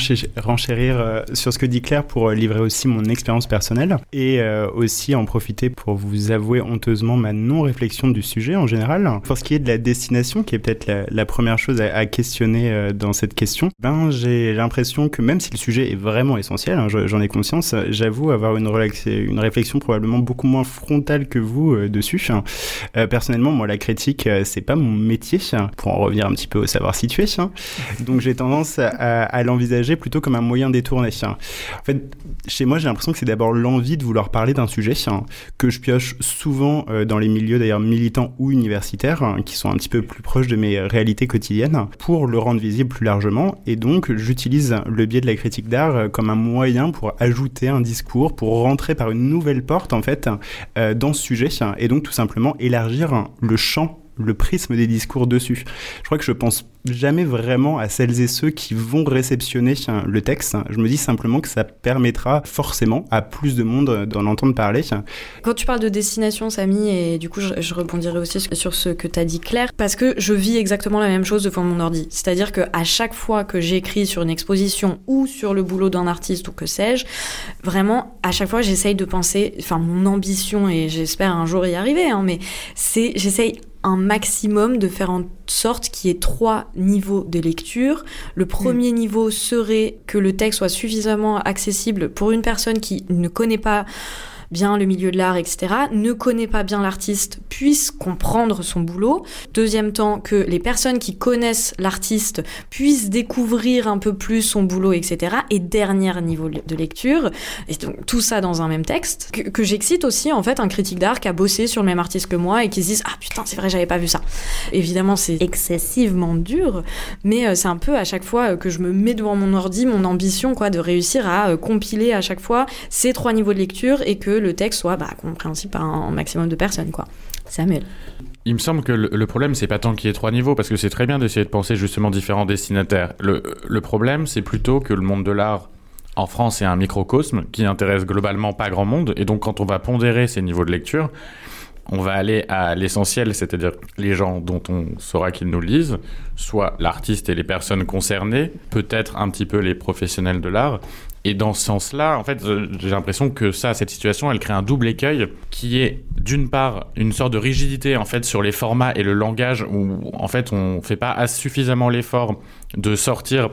renchérir sur ce que dit Claire pour livrer aussi mon expérience personnelle et aussi en profiter pour vous avouer honteusement ma non-réflexion du sujet en général. Pour ce qui est de la destination, qui est peut-être la première chose à questionner dans cette question, j'ai l'impression que même si le sujet est vraiment essentiel, j'en ai conscience, j'avoue avoir une réflexion probablement beaucoup moins frontale que vous dessus. Personnellement, moi, la critique, c'est pas mon métier, pour en revenir un petit peu au savoir situé. Donc j'ai tendance à l'envisager plutôt comme un moyen détourné. En fait, chez moi, j'ai l'impression que c'est d'abord l'envie de vouloir parler d'un sujet que je pioche souvent dans les milieux d'ailleurs militants ou universitaires qui sont un petit peu plus proches de mes réalités quotidiennes pour le rendre visible plus largement. Et donc, j'utilise le biais de la critique d'art comme un moyen pour ajouter un discours, pour rentrer par une nouvelle porte en fait dans ce sujet et donc tout simplement élargir le champ, le prisme des discours dessus. Je crois que je pense jamais vraiment à celles et ceux qui vont réceptionner le texte. Je me dis simplement que ça permettra forcément à plus de monde d'en entendre parler. Quand tu parles de destination, Samy, et du coup je rebondirai aussi sur ce que t'as dit Claire, parce que je vis exactement la même chose devant mon ordi. C'est-à-dire qu'à chaque fois que j'écris sur une exposition ou sur le boulot d'un artiste ou que sais-je, vraiment, à chaque fois j'essaye de penser, mon ambition, et j'espère un jour y arriver, mais j'essaye un maximum de faire en sorte qu'il y ait 3 niveaux de lecture. Le premier niveau serait que le texte soit suffisamment accessible pour une personne qui ne connaît pas bien le milieu de l'art, etc., ne connaît pas bien l'artiste, puisse comprendre son boulot. Deuxième temps, que les personnes qui connaissent l'artiste puissent découvrir un peu plus son boulot, etc. Et dernier niveau de lecture, et donc tout ça dans un même texte, que j'excite aussi en fait un critique d'art qui a bossé sur le même artiste que moi et qui se dise « Ah putain, c'est vrai, j'avais pas vu ça ». Évidemment, c'est excessivement dur, mais c'est un peu à chaque fois que je me mets devant mon ordi, mon ambition de réussir à compiler à chaque fois ces 3 niveaux de lecture et que le texte soit compréhensible par un maximum de personnes, Samuel. Il me semble que le problème, c'est pas tant qu'il y ait 3 niveaux, parce que c'est très bien d'essayer de penser justement différents destinataires. Le problème, c'est plutôt que le monde de l'art en France est un microcosme qui intéresse globalement pas grand monde, et donc quand on va pondérer ces niveaux de lecture, on va aller à l'essentiel, c'est-à-dire les gens dont on saura qu'ils nous lisent, soit l'artiste et les personnes concernées, peut-être un petit peu les professionnels de l'art. Et dans ce sens-là, en fait, j'ai l'impression que cette situation, elle crée un double écueil qui est, d'une part, une sorte de rigidité, en fait, sur les formats et le langage où, en fait, on fait pas suffisamment l'effort de sortir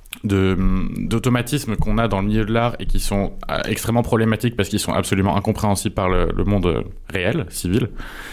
d'automatismes qu'on a dans le milieu de l'art et qui sont extrêmement problématiques parce qu'ils sont absolument incompréhensibles par le monde réel, civil.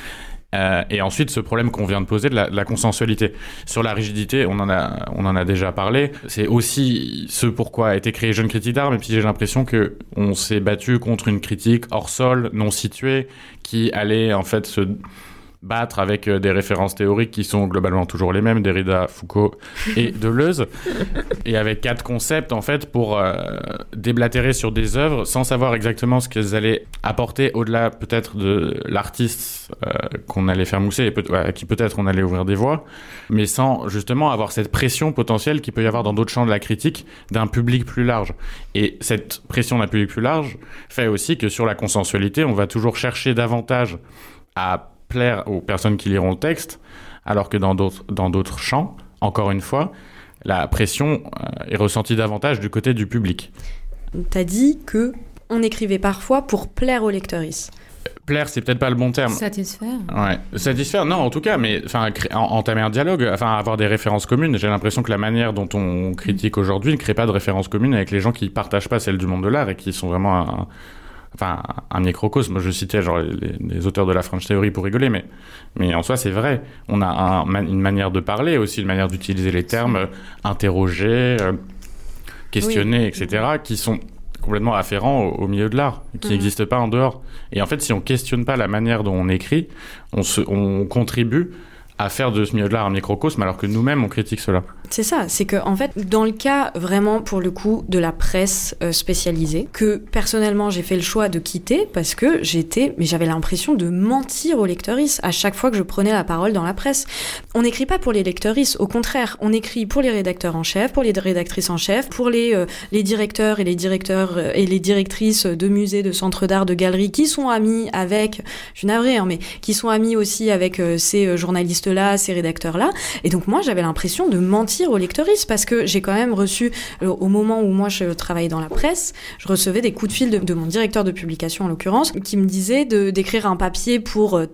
Et ensuite, ce problème qu'on vient de poser de la consensualité. Sur la rigidité, on en a déjà parlé. C'est aussi ce pourquoi a été créé Jeune Critique d'Art, mais puis j'ai l'impression qu'on s'est battu contre une critique hors sol, non située, qui allait en fait se battre avec des références théoriques qui sont globalement toujours les mêmes, Derrida, Foucault et Deleuze, et avec 4 concepts en fait pour déblatérer sur des œuvres sans savoir exactement ce qu'elles allaient apporter au-delà peut-être de l'artiste qu'on allait faire mousser et à qui peut-être on allait ouvrir des voies, mais sans justement avoir cette pression potentielle qu'il peut y avoir dans d'autres champs de la critique d'un public plus large. Et cette pression d'un public plus large fait aussi que sur la consensualité, on va toujours chercher davantage à plaire aux personnes qui liront le texte, alors que dans d'autres champs, encore une fois, la pression est ressentie davantage du côté du public. T'as dit qu'on écrivait parfois pour plaire aux lecteuristes. plaire, c'est peut-être pas le bon terme. Satisfaire. Ouais, satisfaire, non, en tout cas, mais entamer un dialogue, avoir des références communes. J'ai l'impression que la manière dont on critique aujourd'hui ne crée pas de références communes avec les gens qui partagent pas celle du monde de l'art et qui sont vraiment un microcosme. Moi, je citais genre les auteurs de la French Theory pour rigoler, mais en soi, c'est vrai. On a une manière de parler aussi, une manière d'utiliser les termes, interroger, questionner, etc., qui sont complètement afférents au milieu de l'art, qui n'existent pas en dehors. Et en fait, si on questionne pas la manière dont on écrit, on contribue à faire de ce milieu de l'art un microcosme, alors que nous-mêmes, on critique cela. C'est ça, c'est que en fait, dans le cas vraiment pour le coup de la presse spécialisée, que personnellement j'ai fait le choix de quitter parce que j'avais l'impression de mentir aux lecteuristes à chaque fois que je prenais la parole dans la presse. On n'écrit pas pour les lecteuristes, au contraire, on écrit pour les rédacteurs en chef, pour les rédactrices en chef, pour les directeurs et les directrices de musées, de centres d'art, de galeries qui sont amis avec, je suis navrée, mais qui sont amis aussi avec ces journalistes-là, ces rédacteurs-là. Et donc moi, j'avais l'impression de mentir aux lecteuristes parce que j'ai quand même reçu, au moment où moi je travaillais dans la presse, je recevais des coups de fil de mon directeur de publication en l'occurrence, qui me disait d'écrire un papier sur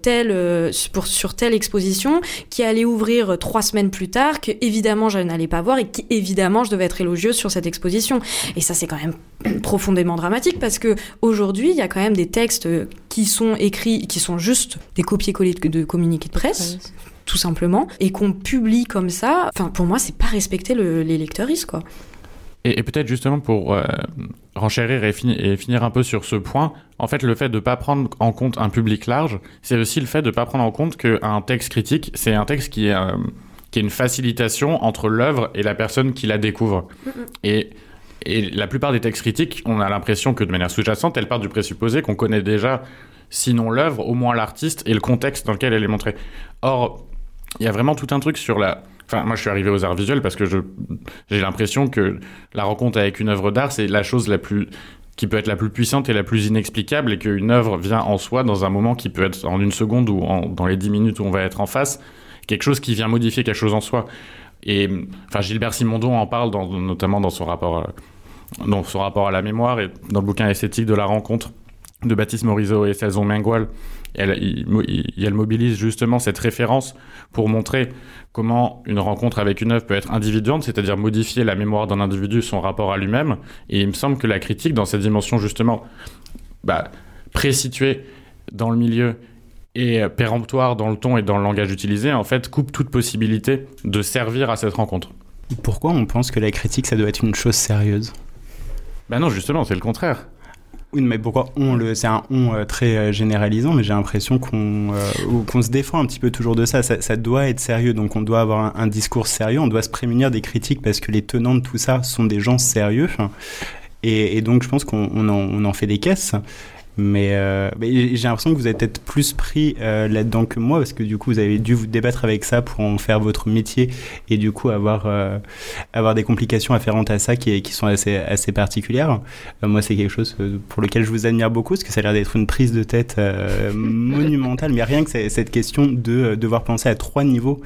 telle exposition qui allait ouvrir 3 semaines plus tard, que évidemment je n'allais pas voir et qu'évidemment je devais être élogieuse sur cette exposition. Et ça c'est quand même profondément dramatique parce que aujourd'hui il y a quand même des textes qui sont écrits, qui sont juste des copier-coller de communiqués de presse. Tout simplement, et qu'on publie comme ça, pour moi, c'est pas respecter les lecteuristes, quoi. Et peut-être justement pour renchérir et finir un peu sur ce point, en fait, le fait de pas prendre en compte un public large, c'est aussi le fait de pas prendre en compte qu'un texte critique, c'est un texte qui est une facilitation entre l'œuvre et la personne qui la découvre. Et la plupart des textes critiques, on a l'impression que de manière sous-jacente, elles partent du présupposé qu'on connaît déjà, sinon l'œuvre, au moins l'artiste et le contexte dans lequel elle est montrée. Or, il y a vraiment tout un truc sur moi, je suis arrivé aux arts visuels parce que j'ai l'impression que la rencontre avec une œuvre d'art, c'est la chose qui peut être la plus puissante et la plus inexplicable, et qu'une œuvre vient en soi dans un moment qui peut être en 1 seconde ou dans les 10 minutes où on va être en face, quelque chose qui vient modifier quelque chose en soi. Et Gilbert Simondon en parle notamment dans son rapport à la mémoire et dans le bouquin esthétique de la rencontre de Baptiste Morisot et Selzon Mengual. Elle mobilise justement cette référence pour montrer comment une rencontre avec une œuvre peut être individuante, c'est-à-dire modifier la mémoire d'un individu, son rapport à lui-même. Et il me semble que la critique, dans cette dimension justement présituée dans le milieu et péremptoire dans le ton et dans le langage utilisé, en fait, coupe toute possibilité de servir à cette rencontre. Pourquoi on pense que la critique, ça doit être une chose sérieuse ? Non, justement, c'est le contraire. Oui, mais pourquoi c'est un on très généralisant, mais j'ai l'impression qu'on se défend un petit peu toujours de ça. Ça doit être sérieux, donc on doit avoir un discours sérieux, on doit se prémunir des critiques parce que les tenants de tout ça sont des gens sérieux. Et donc je pense qu'on en fait des caisses. Mais j'ai l'impression que vous avez peut-être plus pris là-dedans que moi, parce que du coup vous avez dû vous débattre avec ça pour en faire votre métier et du coup avoir des complications afférentes à ça qui sont assez particulières. Moi c'est quelque chose pour lequel je vous admire beaucoup, parce que ça a l'air d'être une prise de tête monumentale, mais rien que cette question de devoir penser à 3 niveaux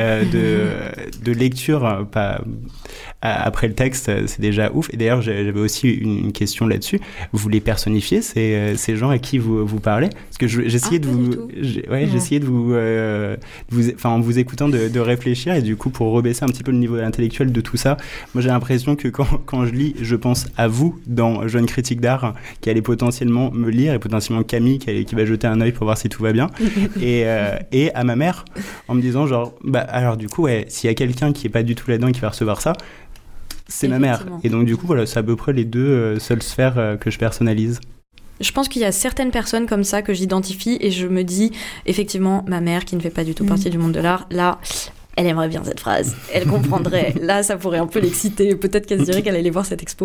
de lecture après le texte, c'est déjà ouf. Et d'ailleurs j'avais aussi une question là-dessus. Vous les personnifiez, ces gens à qui vous parlez, parce que j'essayais de vous en vous écoutant de réfléchir, et du coup pour rebaisser un petit peu le niveau intellectuel de tout ça, moi j'ai l'impression que quand je lis, je pense à vous dans Jeune critique d'art qui allait potentiellement me lire, et potentiellement Camille qui va jeter un œil pour voir si tout va bien, et à ma mère en me disant genre alors du coup s'il y a quelqu'un qui est pas du tout là-dedans et qui va recevoir ça, c'est ma mère. Et donc du coup voilà, c'est à peu près les 2 seules sphères que je personnalise. Je pense qu'il y a certaines personnes comme ça que j'identifie et je me dis, effectivement, ma mère qui ne fait pas du tout partie du monde de l'art, là, elle aimerait bien cette phrase, elle comprendrait, là ça pourrait un peu l'exciter, peut-être qu'elle se dirait qu'elle allait voir cette expo,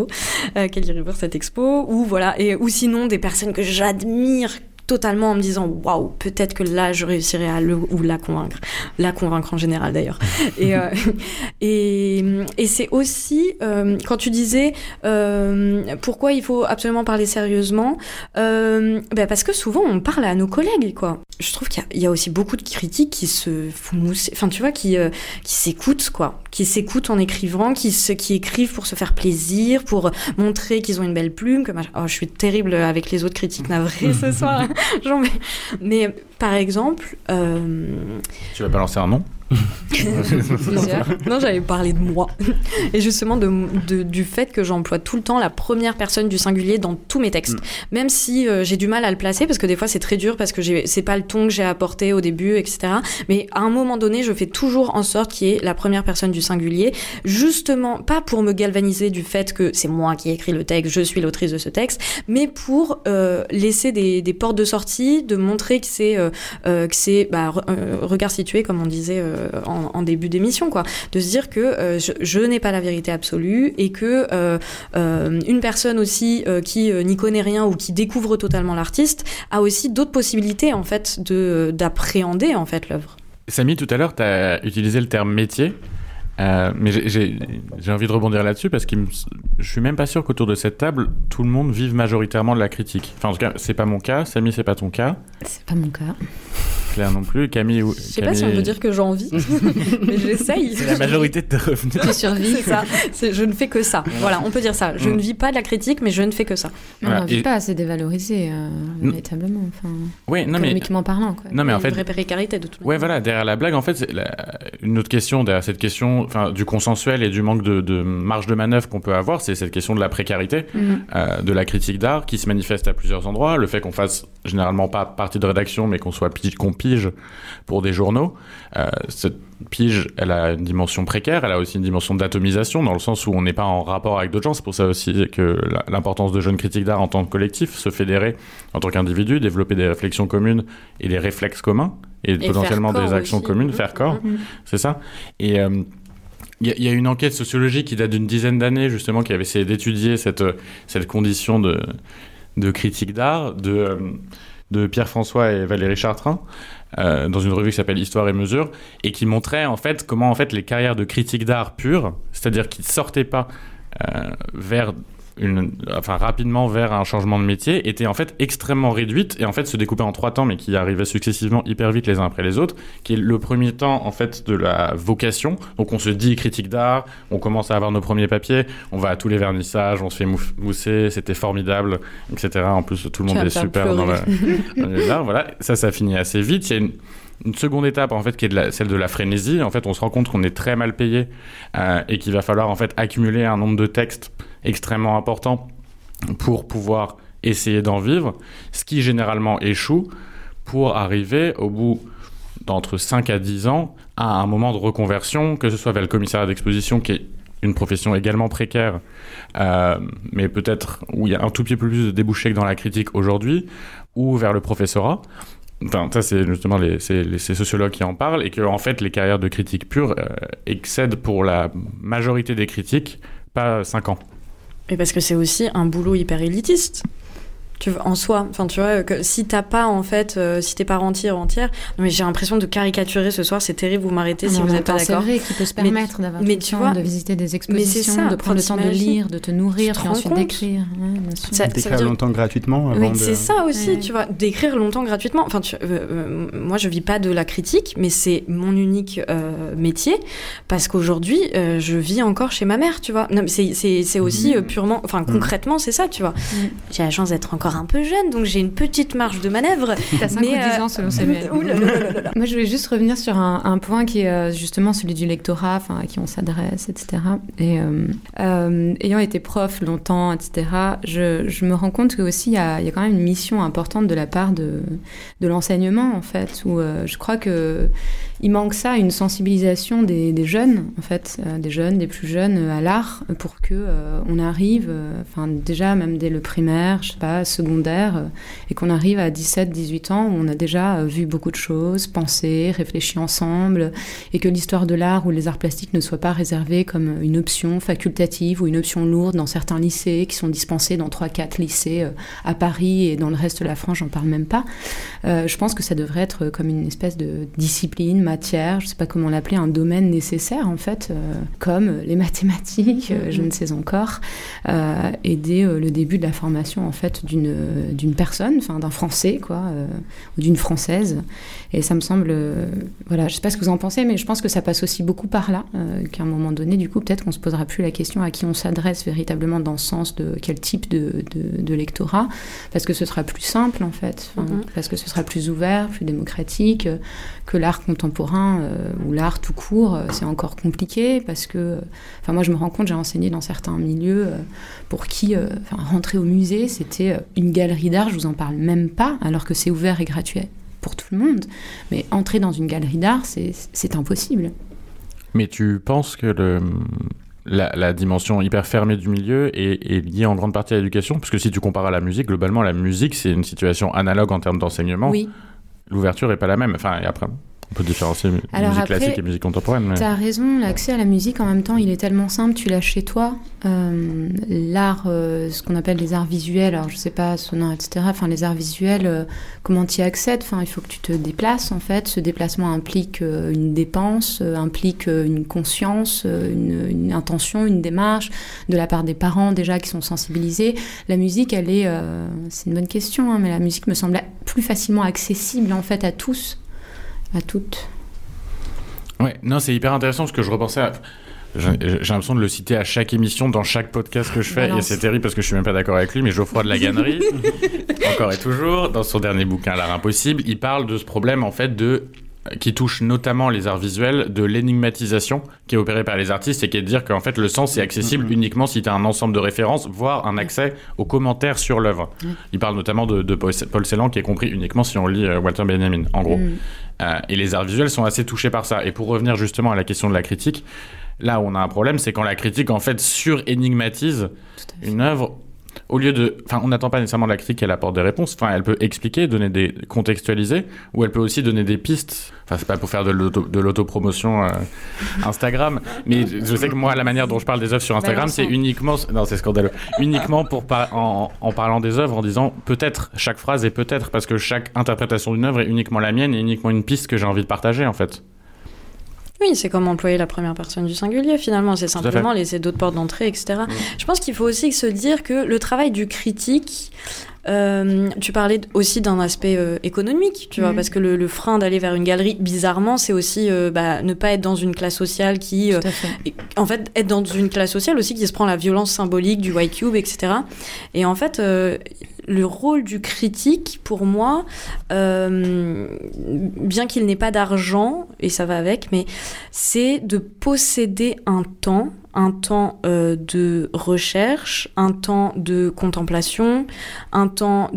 ou voilà, ou sinon des personnes que j'admire totalement en me disant waouh, peut-être que là je réussirais à la convaincre en général d'ailleurs. Et c'est aussi quand tu disais pourquoi il faut absolument parler sérieusement, parce que souvent on parle à nos collègues quoi. Je trouve qu'il y a aussi beaucoup de critiques qui se font mousser, enfin tu vois, qui s'écoutent quoi, qui s'écoutent en écrivant, qui écrivent pour se faire plaisir, pour montrer qu'ils ont une belle plume, je suis terrible avec les autres critiques navrées ce soir. Mais par exemple... Tu vas balancer un nom ? Non, j'allais parler de moi. Et justement du fait que j'emploie tout le temps la première personne du singulier dans tous mes textes. Même si j'ai du mal à le placer, parce que des fois c'est très dur, parce que c'est pas le ton que j'ai apporté au début, etc. Mais à un moment donné, je fais toujours en sorte qu'il y ait la première personne du singulier. Justement, pas pour me galvaniser du fait que c'est moi qui ai écrit le texte, je suis l'autrice de ce texte, mais pour laisser des portes de sortie, de montrer que c'est regard situé, comme on disait en début d'émission, quoi. De se dire que je n'ai pas la vérité absolue et que une personne aussi qui n'y connaît rien ou qui découvre totalement l'artiste a aussi d'autres possibilités, en fait, d'appréhender, en fait, l'œuvre. Samy, tout à l'heure, tu as utilisé le terme métier. Mais j'ai envie de rebondir là-dessus parce que je suis même pas sûr qu'autour de cette table, tout le monde vive majoritairement de la critique. Enfin, en tout cas, c'est pas mon cas. Samy, c'est pas ton cas. C'est pas mon cas. Claire non plus. Camille... Je sais pas si on peut dire que j'en vis, mais j'essaye. C'est la majorité de tes revenus. Tu survis. C'est ça. Je ne fais que ça. Voilà, on peut dire ça. Je ne vis pas de la critique, mais je ne fais que ça. On n'en vit pas assez dévalorisé, véritablement. Enfin, économiquement parlant, quoi. Non, mais en fait... Une vraie précarité, de toute manière. Ouais, voilà. Derrière la blague, en fait, c'est une autre question derrière cette question, enfin, du consensuel et du manque de marge de manœuvre qu'on peut avoir, c'est cette question de la précarité, de la critique d'art qui se manifeste à plusieurs endroits. Le fait qu'on fasse généralement pas partie de rédaction, mais qu'on pige pour des journaux. Cette pige, elle a une dimension précaire, elle a aussi une dimension d'atomisation, dans le sens où on n'est pas en rapport avec d'autres gens. C'est pour ça aussi que l'importance de jeunes critiques d'art en tant que collectif, se fédérer en tant qu'individu, développer des réflexions communes et des réflexes communs, et potentiellement des actions aussi. communes, faire corps, c'est ça. Et il y a une enquête sociologique qui date d'une dizaine d'années, justement, qui avait essayé d'étudier cette condition de critique d'art, de Pierre-François et Valérie Chartrain, dans une revue qui s'appelle Histoire et Mesure, et qui montrait en fait comment en fait les carrières de critique d'art pure, c'est-à-dire qui ne sortaient pas rapidement vers un changement de métier, étaient en fait extrêmement réduites et en fait se découpaient en 3 temps, mais qui arrivaient successivement hyper vite les uns après les autres, qui est le premier temps en fait de la vocation. Donc on se dit critique d'art, on commence à avoir nos premiers papiers, on va à tous les vernissages, on se fait mousser, c'était formidable, etc. En plus tout le monde est super dans l'art, voilà. Ça finit assez vite. Il y a une seconde étape en fait qui est celle de la frénésie. En fait, on se rend compte qu'on est très mal payé et qu'il va falloir en fait accumuler un nombre de textes extrêmement important pour pouvoir essayer d'en vivre, ce qui généralement échoue pour arriver au bout d'entre 5 à 10 ans à un moment de reconversion, que ce soit vers le commissariat d'exposition qui est une profession également précaire, mais peut-être où il y a un tout petit peu plus de débouchés que dans la critique aujourd'hui, ou vers le professorat. Enfin, ça, c'est justement ces sociologues qui en parlent, et que en fait, les carrières de critique pure excèdent pour la majorité des critiques pas 5 ans. Et parce que c'est aussi un boulot hyper élitiste. En soi, enfin tu vois, que si t'as pas en fait, si t'es pas entière, non mais j'ai l'impression de caricaturer ce soir, c'est terrible, vous m'arrêtez si vous n'êtes pas d'accord. C'est vrai qu'il peut se permettre d'avoir le temps de visiter des expositions, ça, de prendre le temps de lire, de te nourrir, puis ensuite d'écrire. D'écrire longtemps gratuitement avant c'est ça aussi, tu vois, d'écrire longtemps gratuitement. Enfin, moi je vis pas de la critique, mais c'est mon unique métier, parce qu'aujourd'hui je vis encore chez ma mère, tu vois. Non, mais c'est aussi purement, enfin concrètement c'est ça, tu vois. J'ai la chance d'être encore un peu jeune, donc j'ai une petite marge de manœuvre. T'as 5 ou 10 ans selon CML. Moi, je voulais juste revenir sur un point qui est justement celui du lectorat, à qui on s'adresse, etc. Et ayant été prof longtemps, etc., je me rends compte qu'aussi il y a quand même une mission importante de la part de l'enseignement, en fait, où je crois que il manque ça, une sensibilisation des jeunes, en fait, des jeunes, des plus jeunes à l'art, pour que on arrive, déjà même dès le primaire, je sais pas, secondaire, et qu'on arrive à 17-18 ans où on a déjà vu beaucoup de choses, pensé, réfléchi ensemble, et que l'histoire de l'art ou les arts plastiques ne soit pas réservée comme une option facultative ou une option lourde dans certains lycées qui sont dispensés dans 3-4 lycées à Paris, et dans le reste de la France, j'en parle même pas. Je pense que ça devrait être comme une espèce de discipline matière, je ne sais pas comment l'appeler, un domaine nécessaire en fait, comme les mathématiques, je ne sais encore, et dès le début de la formation en fait d'une personne, enfin d'un Français quoi, ou d'une Française. Et ça me semble, voilà, je ne sais pas ce que vous en pensez, mais je pense que ça passe aussi beaucoup par là, qu'à un moment donné, du coup, peut-être qu'on ne se posera plus la question à qui on s'adresse véritablement dans le sens de quel type de lectorat, parce que ce sera plus simple en fait, parce que ce sera plus ouvert, plus démocratique, que l'art contemporain ou l'art tout court, c'est encore compliqué, parce que, enfin moi je me rends compte, j'ai enseigné dans certains milieux pour qui rentrer au musée, c'était une galerie d'art, je vous en parle même pas, alors que c'est ouvert et gratuit pour tout le monde, mais entrer dans une galerie d'art, c'est impossible. Mais tu penses que la dimension hyper fermée du milieu est liée en grande partie à l'éducation ? Parce que si tu compares à la musique, globalement, la musique, c'est une situation analogue en termes d'enseignement. Oui. L'ouverture n'est pas la même. Enfin, et après, on peut différencier musique classique et musique contemporaine. Mais... Tu as raison, l'accès à la musique, en même temps, il est tellement simple, tu l'as chez toi. L'art, ce qu'on appelle les arts visuels, alors je sais pas, sonore, etc., enfin les arts visuels, comment tu y accèdes ? Enfin, il faut que tu te déplaces, en fait. Ce déplacement implique une dépense, implique une conscience, une intention, une démarche de la part des parents, déjà, qui sont sensibilisés. La musique, elle est... c'est une bonne question, hein, mais la musique me semble plus facilement accessible, en fait, à tous. À toutes. Ouais, non, c'est hyper intéressant parce que je repensais à... J'ai l'impression de le citer à chaque émission, dans chaque podcast que je fais, et c'est terrible parce que je suis même pas d'accord avec lui, mais Geoffroy de Laganerie, encore et toujours, dans son dernier bouquin L'art impossible, il parle de ce problème en fait qui touche notamment les arts visuels, de l'énigmatisation qui est opérée par les artistes et qui est de dire qu'en fait le sens est accessible uniquement si tu as un ensemble de références, voire un accès aux commentaires sur l'œuvre. Il parle notamment de Paul Celan qui est compris uniquement si on lit Walter Benjamin, en gros. Et les arts visuels sont assez touchés par ça. Et pour revenir justement à la question de la critique, là où on a un problème, c'est quand la critique en fait sur-énigmatise une œuvre. Au lieu de... Enfin, on n'attend pas nécessairement de la critique qu'elle apporte des réponses. Enfin, elle peut expliquer, contextualiser, ou elle peut aussi donner des pistes. Enfin, c'est pas pour faire de l'autopromotion Instagram, mais je sais que moi, la manière dont je parle des œuvres sur Instagram, c'est uniquement... Non, c'est scandaleux. Uniquement en parlant des œuvres, en disant peut-être, chaque phrase est peut-être, parce que chaque interprétation d'une œuvre est uniquement la mienne et uniquement une piste que j'ai envie de partager, en fait. Oui, c'est comme employer la première personne du singulier, finalement. C'est simplement laisser d'autres portes d'entrée, etc. Je pense qu'il faut aussi se dire que le travail du critique... tu parlais aussi d'un aspect économique, tu vois, parce que le frein d'aller vers une galerie, bizarrement, c'est aussi ne pas être dans une classe sociale qui... en fait, être dans une classe sociale aussi qui se prend la violence symbolique du white cube, etc. Et en fait... le rôle du critique, pour moi, bien qu'il n'ait pas d'argent, et ça va avec, mais c'est de posséder un temps de recherche, un temps de contemplation, un temps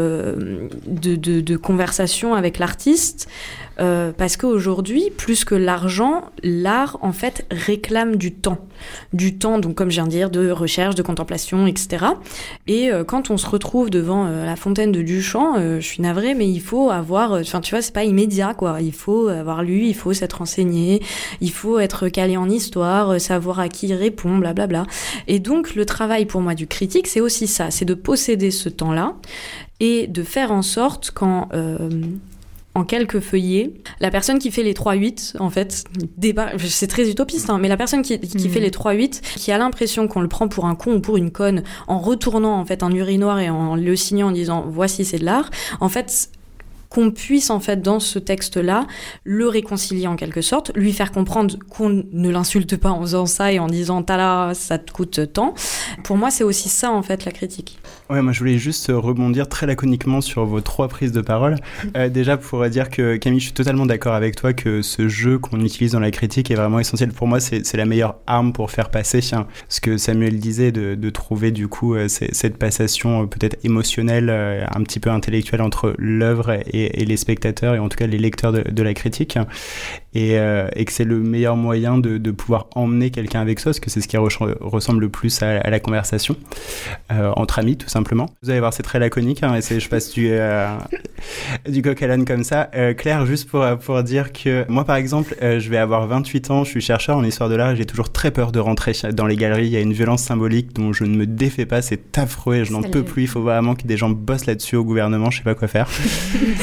de conversation avec l'artiste, parce qu'aujourd'hui, plus que l'argent, l'art, en fait, réclame du temps. Du temps, donc, comme je viens de dire, de recherche, de contemplation, etc. Et quand on se retrouve devant la fontaine de Duchamp, je suis navrée, mais il faut avoir... Enfin, tu vois, c'est pas immédiat, quoi. Il faut avoir lu, il faut s'être renseigné, il faut être calé en histoire, savoir à qui répond, blablabla. Et donc, le travail, pour moi, du critique, c'est aussi ça. C'est de posséder ce temps-là et de faire en sorte qu'en... en quelques feuillets, la personne qui fait les 3-8, en fait, c'est très utopiste, hein, mais la personne qui fait les 3-8, qui a l'impression qu'on le prend pour un con ou pour une conne, en retournant en fait un urinoir et en le signant en disant « voici, c'est de l'art », en fait... qu'on puisse, en fait, dans ce texte-là, le réconcilier en quelque sorte, lui faire comprendre qu'on ne l'insulte pas en faisant ça et en disant « Tala, ça te coûte tant ». Pour moi, c'est aussi ça, en fait, la critique. Ouais, moi, je voulais juste rebondir très laconiquement sur vos 3 prises de parole. Déjà, pour dire que, Camille, je suis totalement d'accord avec toi que ce jeu qu'on utilise dans la critique est vraiment essentiel. Pour moi, c'est la meilleure arme pour faire passer ce que Samuel disait, de trouver, du coup, cette passation peut-être émotionnelle, un petit peu intellectuelle entre l'œuvre et les spectateurs, et en tout cas les lecteurs de la critique, et que c'est le meilleur moyen de pouvoir emmener quelqu'un avec soi, parce que c'est ce qui ressemble le plus à la conversation entre amis, tout simplement. Vous allez voir, c'est très laconique, hein, et je passe du coq à l'âne comme ça. Claire, juste pour dire que moi, par exemple, je vais avoir 28 ans, je suis chercheur en histoire de l'art, et j'ai toujours très peur de rentrer dans les galeries. Il y a une violence symbolique dont je ne me défais pas, c'est affreux et je n'en peux plus. Il faut vraiment que des gens bossent là-dessus au gouvernement, je sais pas quoi faire.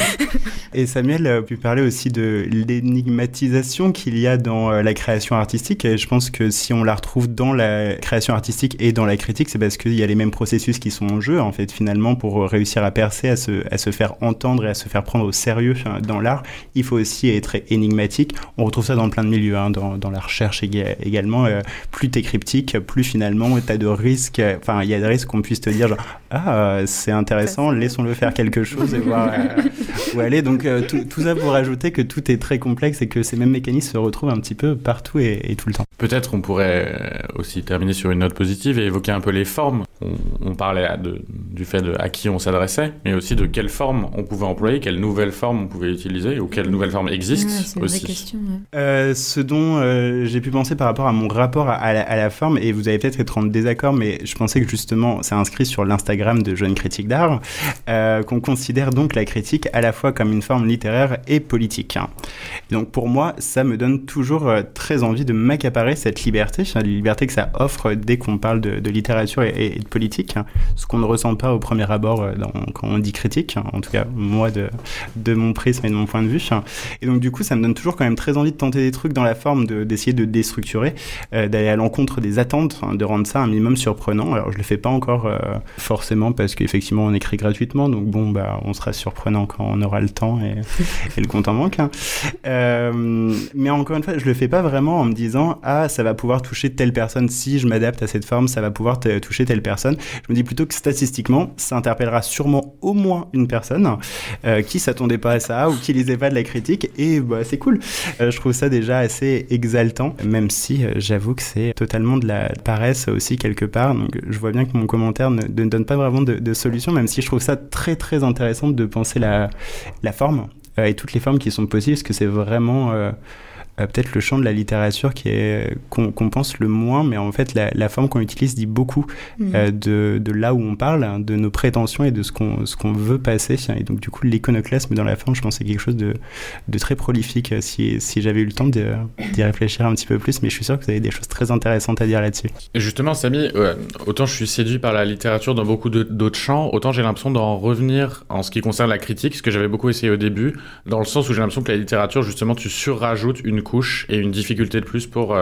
Et Samuel a pu parler aussi de l'énigmatisation qu'il y a dans la création artistique. Et je pense que si on la retrouve dans la création artistique et dans la critique, c'est parce qu'il y a les mêmes processus qui sont en jeu, en fait, finalement, pour réussir à percer, à se faire entendre et à se faire prendre au sérieux dans l'art. Il faut aussi être énigmatique. On retrouve ça dans plein de milieux, dans la recherche également. Plus t'es cryptique, plus finalement t'as de risques. Enfin, il y a des risques qu'on puisse te dire genre, c'est intéressant, laissons-le faire quelque chose et voir où aller. Donc tout ça pour ajouter que tout est très complexe et que ces mêmes mécanismes se retrouvent un petit peu partout et tout le temps. Peut-être on pourrait aussi terminer sur une note positive et évoquer un peu les formes. On parlait du fait à qui on s'adressait, mais aussi de quelle forme on pouvait employer, quelle nouvelle forme on pouvait utiliser ou quelle nouvelle forme existe c'est une aussi. vraie question. Ce dont j'ai pu penser par rapport à mon rapport à la forme, et vous allez peut-être être en désaccord, mais je pensais que justement c'est inscrit sur l'Instagram de Jeunes Critiques d'Art, qu'on considère donc la critique à la fois comme une forme littéraire et politique. Et donc pour moi, ça me donne toujours très envie de m'accaparer cette liberté, la liberté que ça offre dès qu'on parle de littérature et de politique, ce qu'on ne ressent pas au premier abord quand on dit critique, en tout cas moi de mon prisme et de mon point de vue. Et donc du coup, ça me donne toujours quand même très envie de tenter des trucs dans la forme, d'essayer de déstructurer, d'aller à l'encontre des attentes, de rendre ça un minimum surprenant. Alors je le fais pas encore forcément parce qu'effectivement on écrit gratuitement, donc bon on sera surprenant quand on aura le temps et le compte en banque. Mais encore une fois, je le fais pas vraiment en me disant ça va pouvoir toucher telle personne, si je m'adapte à cette forme, ça va pouvoir toucher telle personne. Je me dis plutôt que statistiquement, ça interpellera sûrement au moins une personne qui s'attendait pas à ça ou qui lisait pas de la critique, et c'est cool. Je trouve ça déjà assez exaltant, même si j'avoue que c'est totalement de la paresse aussi quelque part. Donc je vois bien que mon commentaire ne donne pas vraiment de solution, même si je trouve ça très très intéressant de penser la forme et toutes les formes qui sont possibles, parce que c'est vraiment peut-être le champ de la littérature qu'on pense le moins, mais en fait la forme qu'on utilise dit beaucoup de là où on parle, de nos prétentions et de ce qu'on veut passer. Et donc du coup l'iconoclasme dans la forme, je pense que c'est quelque chose de très prolifique si j'avais eu le temps d'y réfléchir un petit peu plus, mais je suis sûr que vous avez des choses très intéressantes à dire là-dessus. Et justement Samy, autant je suis séduit par la littérature dans beaucoup d'autres champs, autant j'ai l'impression d'en revenir en ce qui concerne la critique, ce que j'avais beaucoup essayé au début, dans le sens où j'ai l'impression que la littérature, justement, tu surrajoutes une couche et une difficulté de plus pour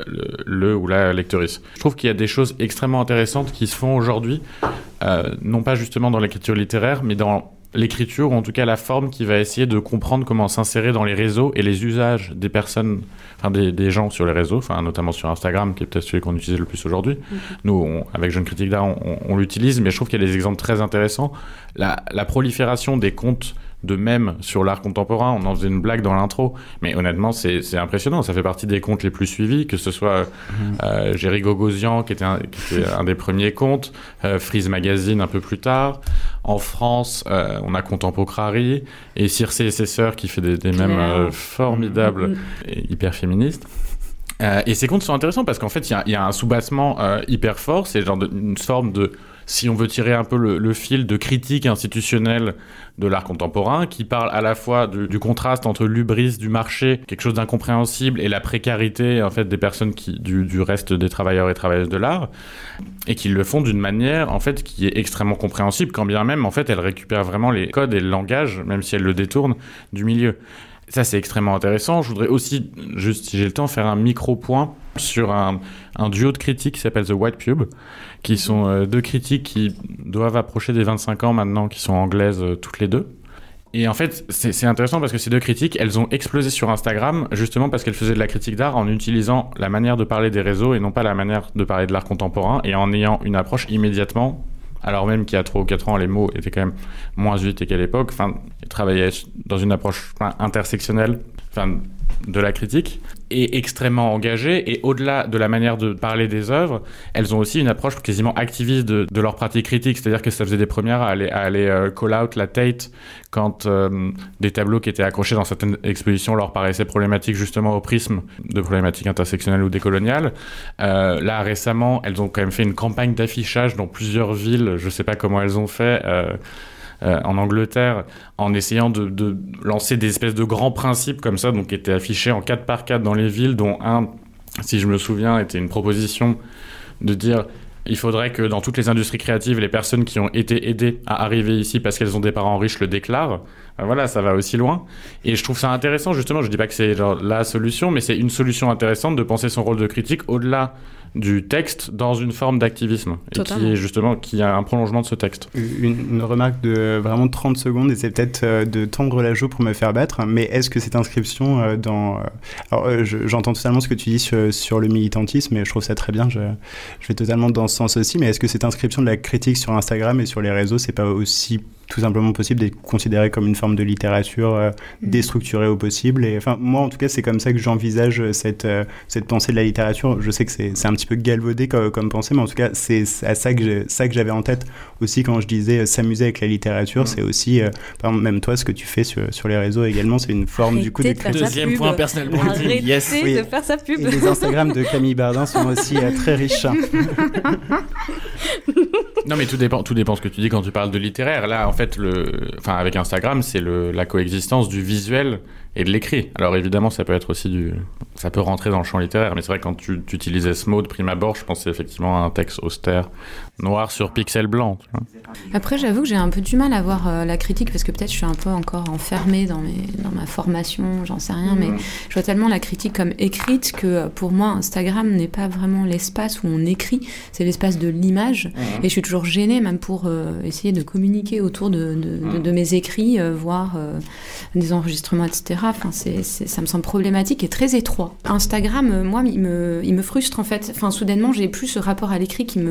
le ou la lectrice. Je trouve qu'il y a des choses extrêmement intéressantes qui se font aujourd'hui, non pas justement dans l'écriture littéraire, mais dans l'écriture, ou en tout cas la forme qui va essayer de comprendre comment s'insérer dans les réseaux et les usages des personnes, enfin des gens sur les réseaux, enfin notamment sur Instagram, qui est peut-être celui qu'on utilise le plus aujourd'hui. Nous, avec Jeunes Critiques d'Art, on l'utilise, mais je trouve qu'il y a des exemples très intéressants. La prolifération des comptes de mèmes sur l'art contemporain, on en faisait une blague dans l'intro, mais honnêtement c'est impressionnant, ça fait partie des comptes les plus suivis, que ce soit Jerry Gogosian qui était un des premiers comptes, Freeze Magazine un peu plus tard, en France on a Contempocrari et Circe et ses sœurs qui fait des mèmes formidables et hyper féministes. Et ces comptes sont intéressants parce qu'en fait il y a un soubassement hyper fort, c'est genre une forme de, si on veut tirer un peu le fil de critique institutionnelle de l'art contemporain, qui parle à la fois du contraste entre l'hubris du marché, quelque chose d'incompréhensible, et la précarité en fait des personnes du reste des travailleurs et travailleuses de l'art, et qui le font d'une manière en fait qui est extrêmement compréhensible, quand bien même en fait elle récupère vraiment les codes et le langage, même si elle le détourne du milieu. Ça, c'est extrêmement intéressant. Je voudrais aussi, juste si j'ai le temps, faire un micro-point sur un duo de critiques qui s'appelle The White Pub, qui sont deux critiques qui doivent approcher des 25 ans maintenant, qui sont anglaises toutes les deux. Et en fait, c'est intéressant parce que ces deux critiques, elles ont explosé sur Instagram, justement parce qu'elles faisaient de la critique d'art en utilisant la manière de parler des réseaux et non pas la manière de parler de l'art contemporain, et en ayant une approche immédiatement, alors même qu'il y a 3 ou 4 ans, les mots étaient quand même moins utilisés qu'à l'époque. Enfin, ils travaillaient dans une approche intersectionnelle de la critique, et extrêmement engagées. Et au-delà de la manière de parler des œuvres, elles ont aussi une approche quasiment activiste de leur pratique critique. C'est-à-dire que ça faisait des premières à aller call out la Tate quand des tableaux qui étaient accrochés dans certaines expositions leur paraissaient problématiques, justement au prisme de problématiques intersectionnelles ou décoloniales. Là, récemment, elles ont quand même fait une campagne d'affichage dans plusieurs villes. Je ne sais pas comment elles ont fait. En Angleterre, en essayant de lancer des espèces de grands principes comme ça, donc qui étaient affichés en 4x4 dans les villes, dont un, si je me souviens, était une proposition de dire il faudrait que dans toutes les industries créatives, les personnes qui ont été aidées à arriver ici parce qu'elles ont des parents riches le déclarent. Voilà, ça va aussi loin. Et je trouve ça intéressant, justement, je dis pas que c'est genre la solution, mais c'est une solution intéressante de penser son rôle de critique au-delà du texte dans une forme d'activisme. Totalement. Et qui est justement, qui a un prolongement de ce texte. Une remarque de vraiment 30 secondes, et c'est peut-être de tendre la joue pour me faire battre, mais est-ce que cette inscription Alors, j'entends totalement ce que tu dis sur le militantisme, et je trouve ça très bien, je vais totalement dans ce sens aussi, mais est-ce que cette inscription de la critique sur Instagram et sur les réseaux, c'est pas aussi tout simplement possible d'être considéré comme une forme de littérature déstructurée au possible? Et enfin, moi en tout cas, c'est comme ça que j'envisage cette pensée de la littérature. Je sais que c'est un petit peu galvaudé comme pensée, mais en tout cas c'est à ça que j'avais en tête aussi quand je disais s'amuser avec la littérature. C'est aussi par exemple, même toi, ce que tu fais sur les réseaux également, c'est une forme du coup de critique. Deuxième point personnel branding. Arrêtez Yes. de faire sa pub. Et les Instagram de Camille Bardin sont aussi très riches. Non, mais tout dépend ce que tu dis quand tu parles de littéraire. Là, en fait, avec Instagram, c'est la coexistence du visuel et de l'écrit. Alors évidemment, ça peut être aussi ça peut rentrer dans le champ littéraire, mais c'est vrai que quand tu utilisais ce mot de prime abord, je pensais effectivement à un texte austère, noir sur pixel blanc. Tu vois. Après, j'avoue que j'ai un peu du mal à voir la critique, parce que peut-être je suis un peu encore enfermée dans ma formation, j'en sais rien, mais je vois tellement la critique comme écrite que pour moi, Instagram n'est pas vraiment l'espace où on écrit, c'est l'espace de l'image. Et je suis toujours gênée, même pour essayer de communiquer autour de mes écrits, voir des enregistrements, etc. Enfin, ça me semble problématique et très étroit. Instagram, moi, il me frustre en fait. Enfin, soudainement, j'ai plus ce rapport à l'écrit qui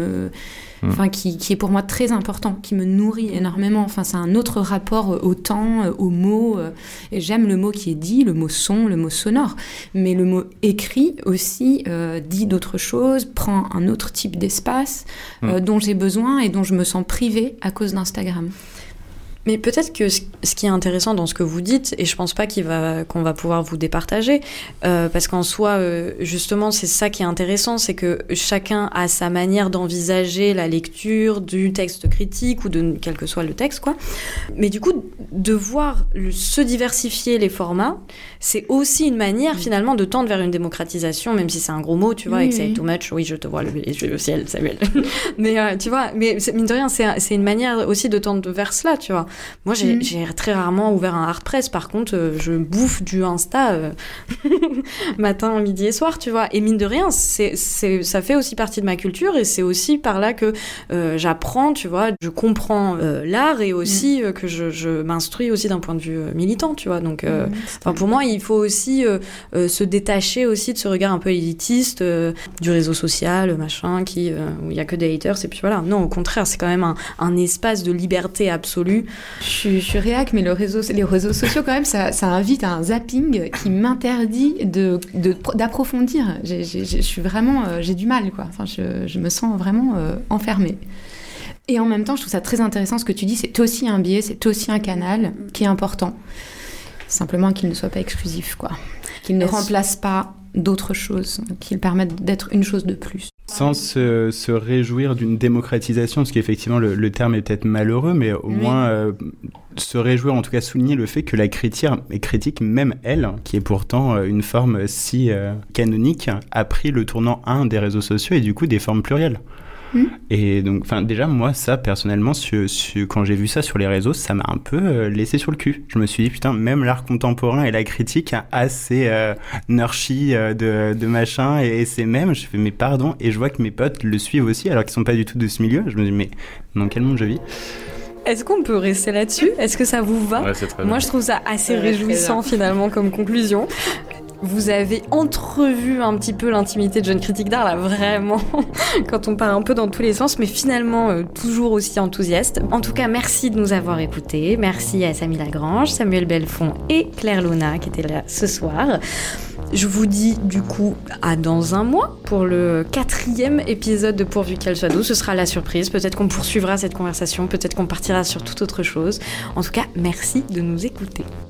est pour moi très important, qui me nourrit énormément. Enfin, c'est un autre rapport au temps, aux mots. Et j'aime le mot qui est dit, le mot son, le mot sonore. Mais le mot écrit aussi dit d'autres choses, prend un autre type d'espace dont j'ai besoin et dont je me sens privée à cause d'Instagram. Mais peut-être que ce qui est intéressant dans ce que vous dites, et je pense pas qu'on va pouvoir vous départager, parce qu'en soi, justement, c'est ça qui est intéressant, c'est que chacun a sa manière d'envisager la lecture du texte critique ou de quel que soit le texte, quoi. Mais du coup, de voir se diversifier les formats, c'est aussi une manière finalement de tendre vers une démocratisation, même si c'est un gros mot, tu vois, et que c'est too much. Oui, je te vois les yeux au ciel, Samuel. Mais tu vois, mais mine de rien, c'est une manière aussi de tendre vers cela, tu vois. Moi, j'ai très rarement ouvert un hard press. Par contre, je bouffe du Insta matin, midi et soir, tu vois. Et mine de rien, ça fait aussi partie de ma culture, et c'est aussi par là que j'apprends, tu vois. Je comprends l'art, et aussi que je m'instruis aussi d'un point de vue militant, tu vois. Donc, pour moi, il faut aussi se détacher aussi de ce regard un peu élitiste du réseau social, machin, où il y a que des haters, et puis voilà. Non, au contraire, c'est quand même un espace de liberté absolue. Je suis réac, mais les réseaux sociaux, quand même, ça invite à un zapping qui m'interdit d'approfondir. Je suis vraiment... j'ai du mal, quoi. Enfin, je me sens vraiment enfermée. Et en même temps, je trouve ça très intéressant ce que tu dis. C'est aussi un biais, c'est aussi un canal qui est important. Simplement qu'il ne soit pas exclusif, quoi. Qu'il ne remplace pas d'autres choses, qu'il permette d'être une chose de plus. Sans se réjouir d'une démocratisation, parce qu'effectivement le terme est peut-être malheureux, mais au moins se réjouir, en tout cas souligner le fait que la critique, même elle, qui est pourtant une forme si canonique, a pris le tournant des réseaux sociaux et du coup des formes plurielles. Et donc, déjà, moi, ça, personnellement, quand j'ai vu ça sur les réseaux, ça m'a un peu laissé sur le cul. Je me suis dit, putain, même l'art contemporain et la critique assez nurshi de machin, et c'est même, je fais, mais pardon, et je vois que mes potes le suivent aussi, alors qu'ils sont pas du tout de ce milieu. Je me dis, mais dans quel monde je vis ? Est-ce qu'on peut rester là-dessus ? Est-ce que ça vous va ? Ouais, c'est très Moi, bien. je trouve ça assez réjouissant, finalement, comme conclusion. Vous avez entrevu un petit peu l'intimité de Jeune Critique d'Art, là, vraiment, quand on part un peu dans tous les sens, mais finalement toujours aussi enthousiaste. En tout cas, merci de nous avoir écoutés. Merci à Samy Lagrange, Samuel Belfond et Claire Lona qui étaient là ce soir. Je vous dis du coup à dans un mois pour le 4e épisode de Pourvu qu'elle soit douce. Ce sera la surprise. Peut-être qu'on poursuivra cette conversation, peut-être qu'on partira sur toute autre chose. En tout cas, merci de nous écouter.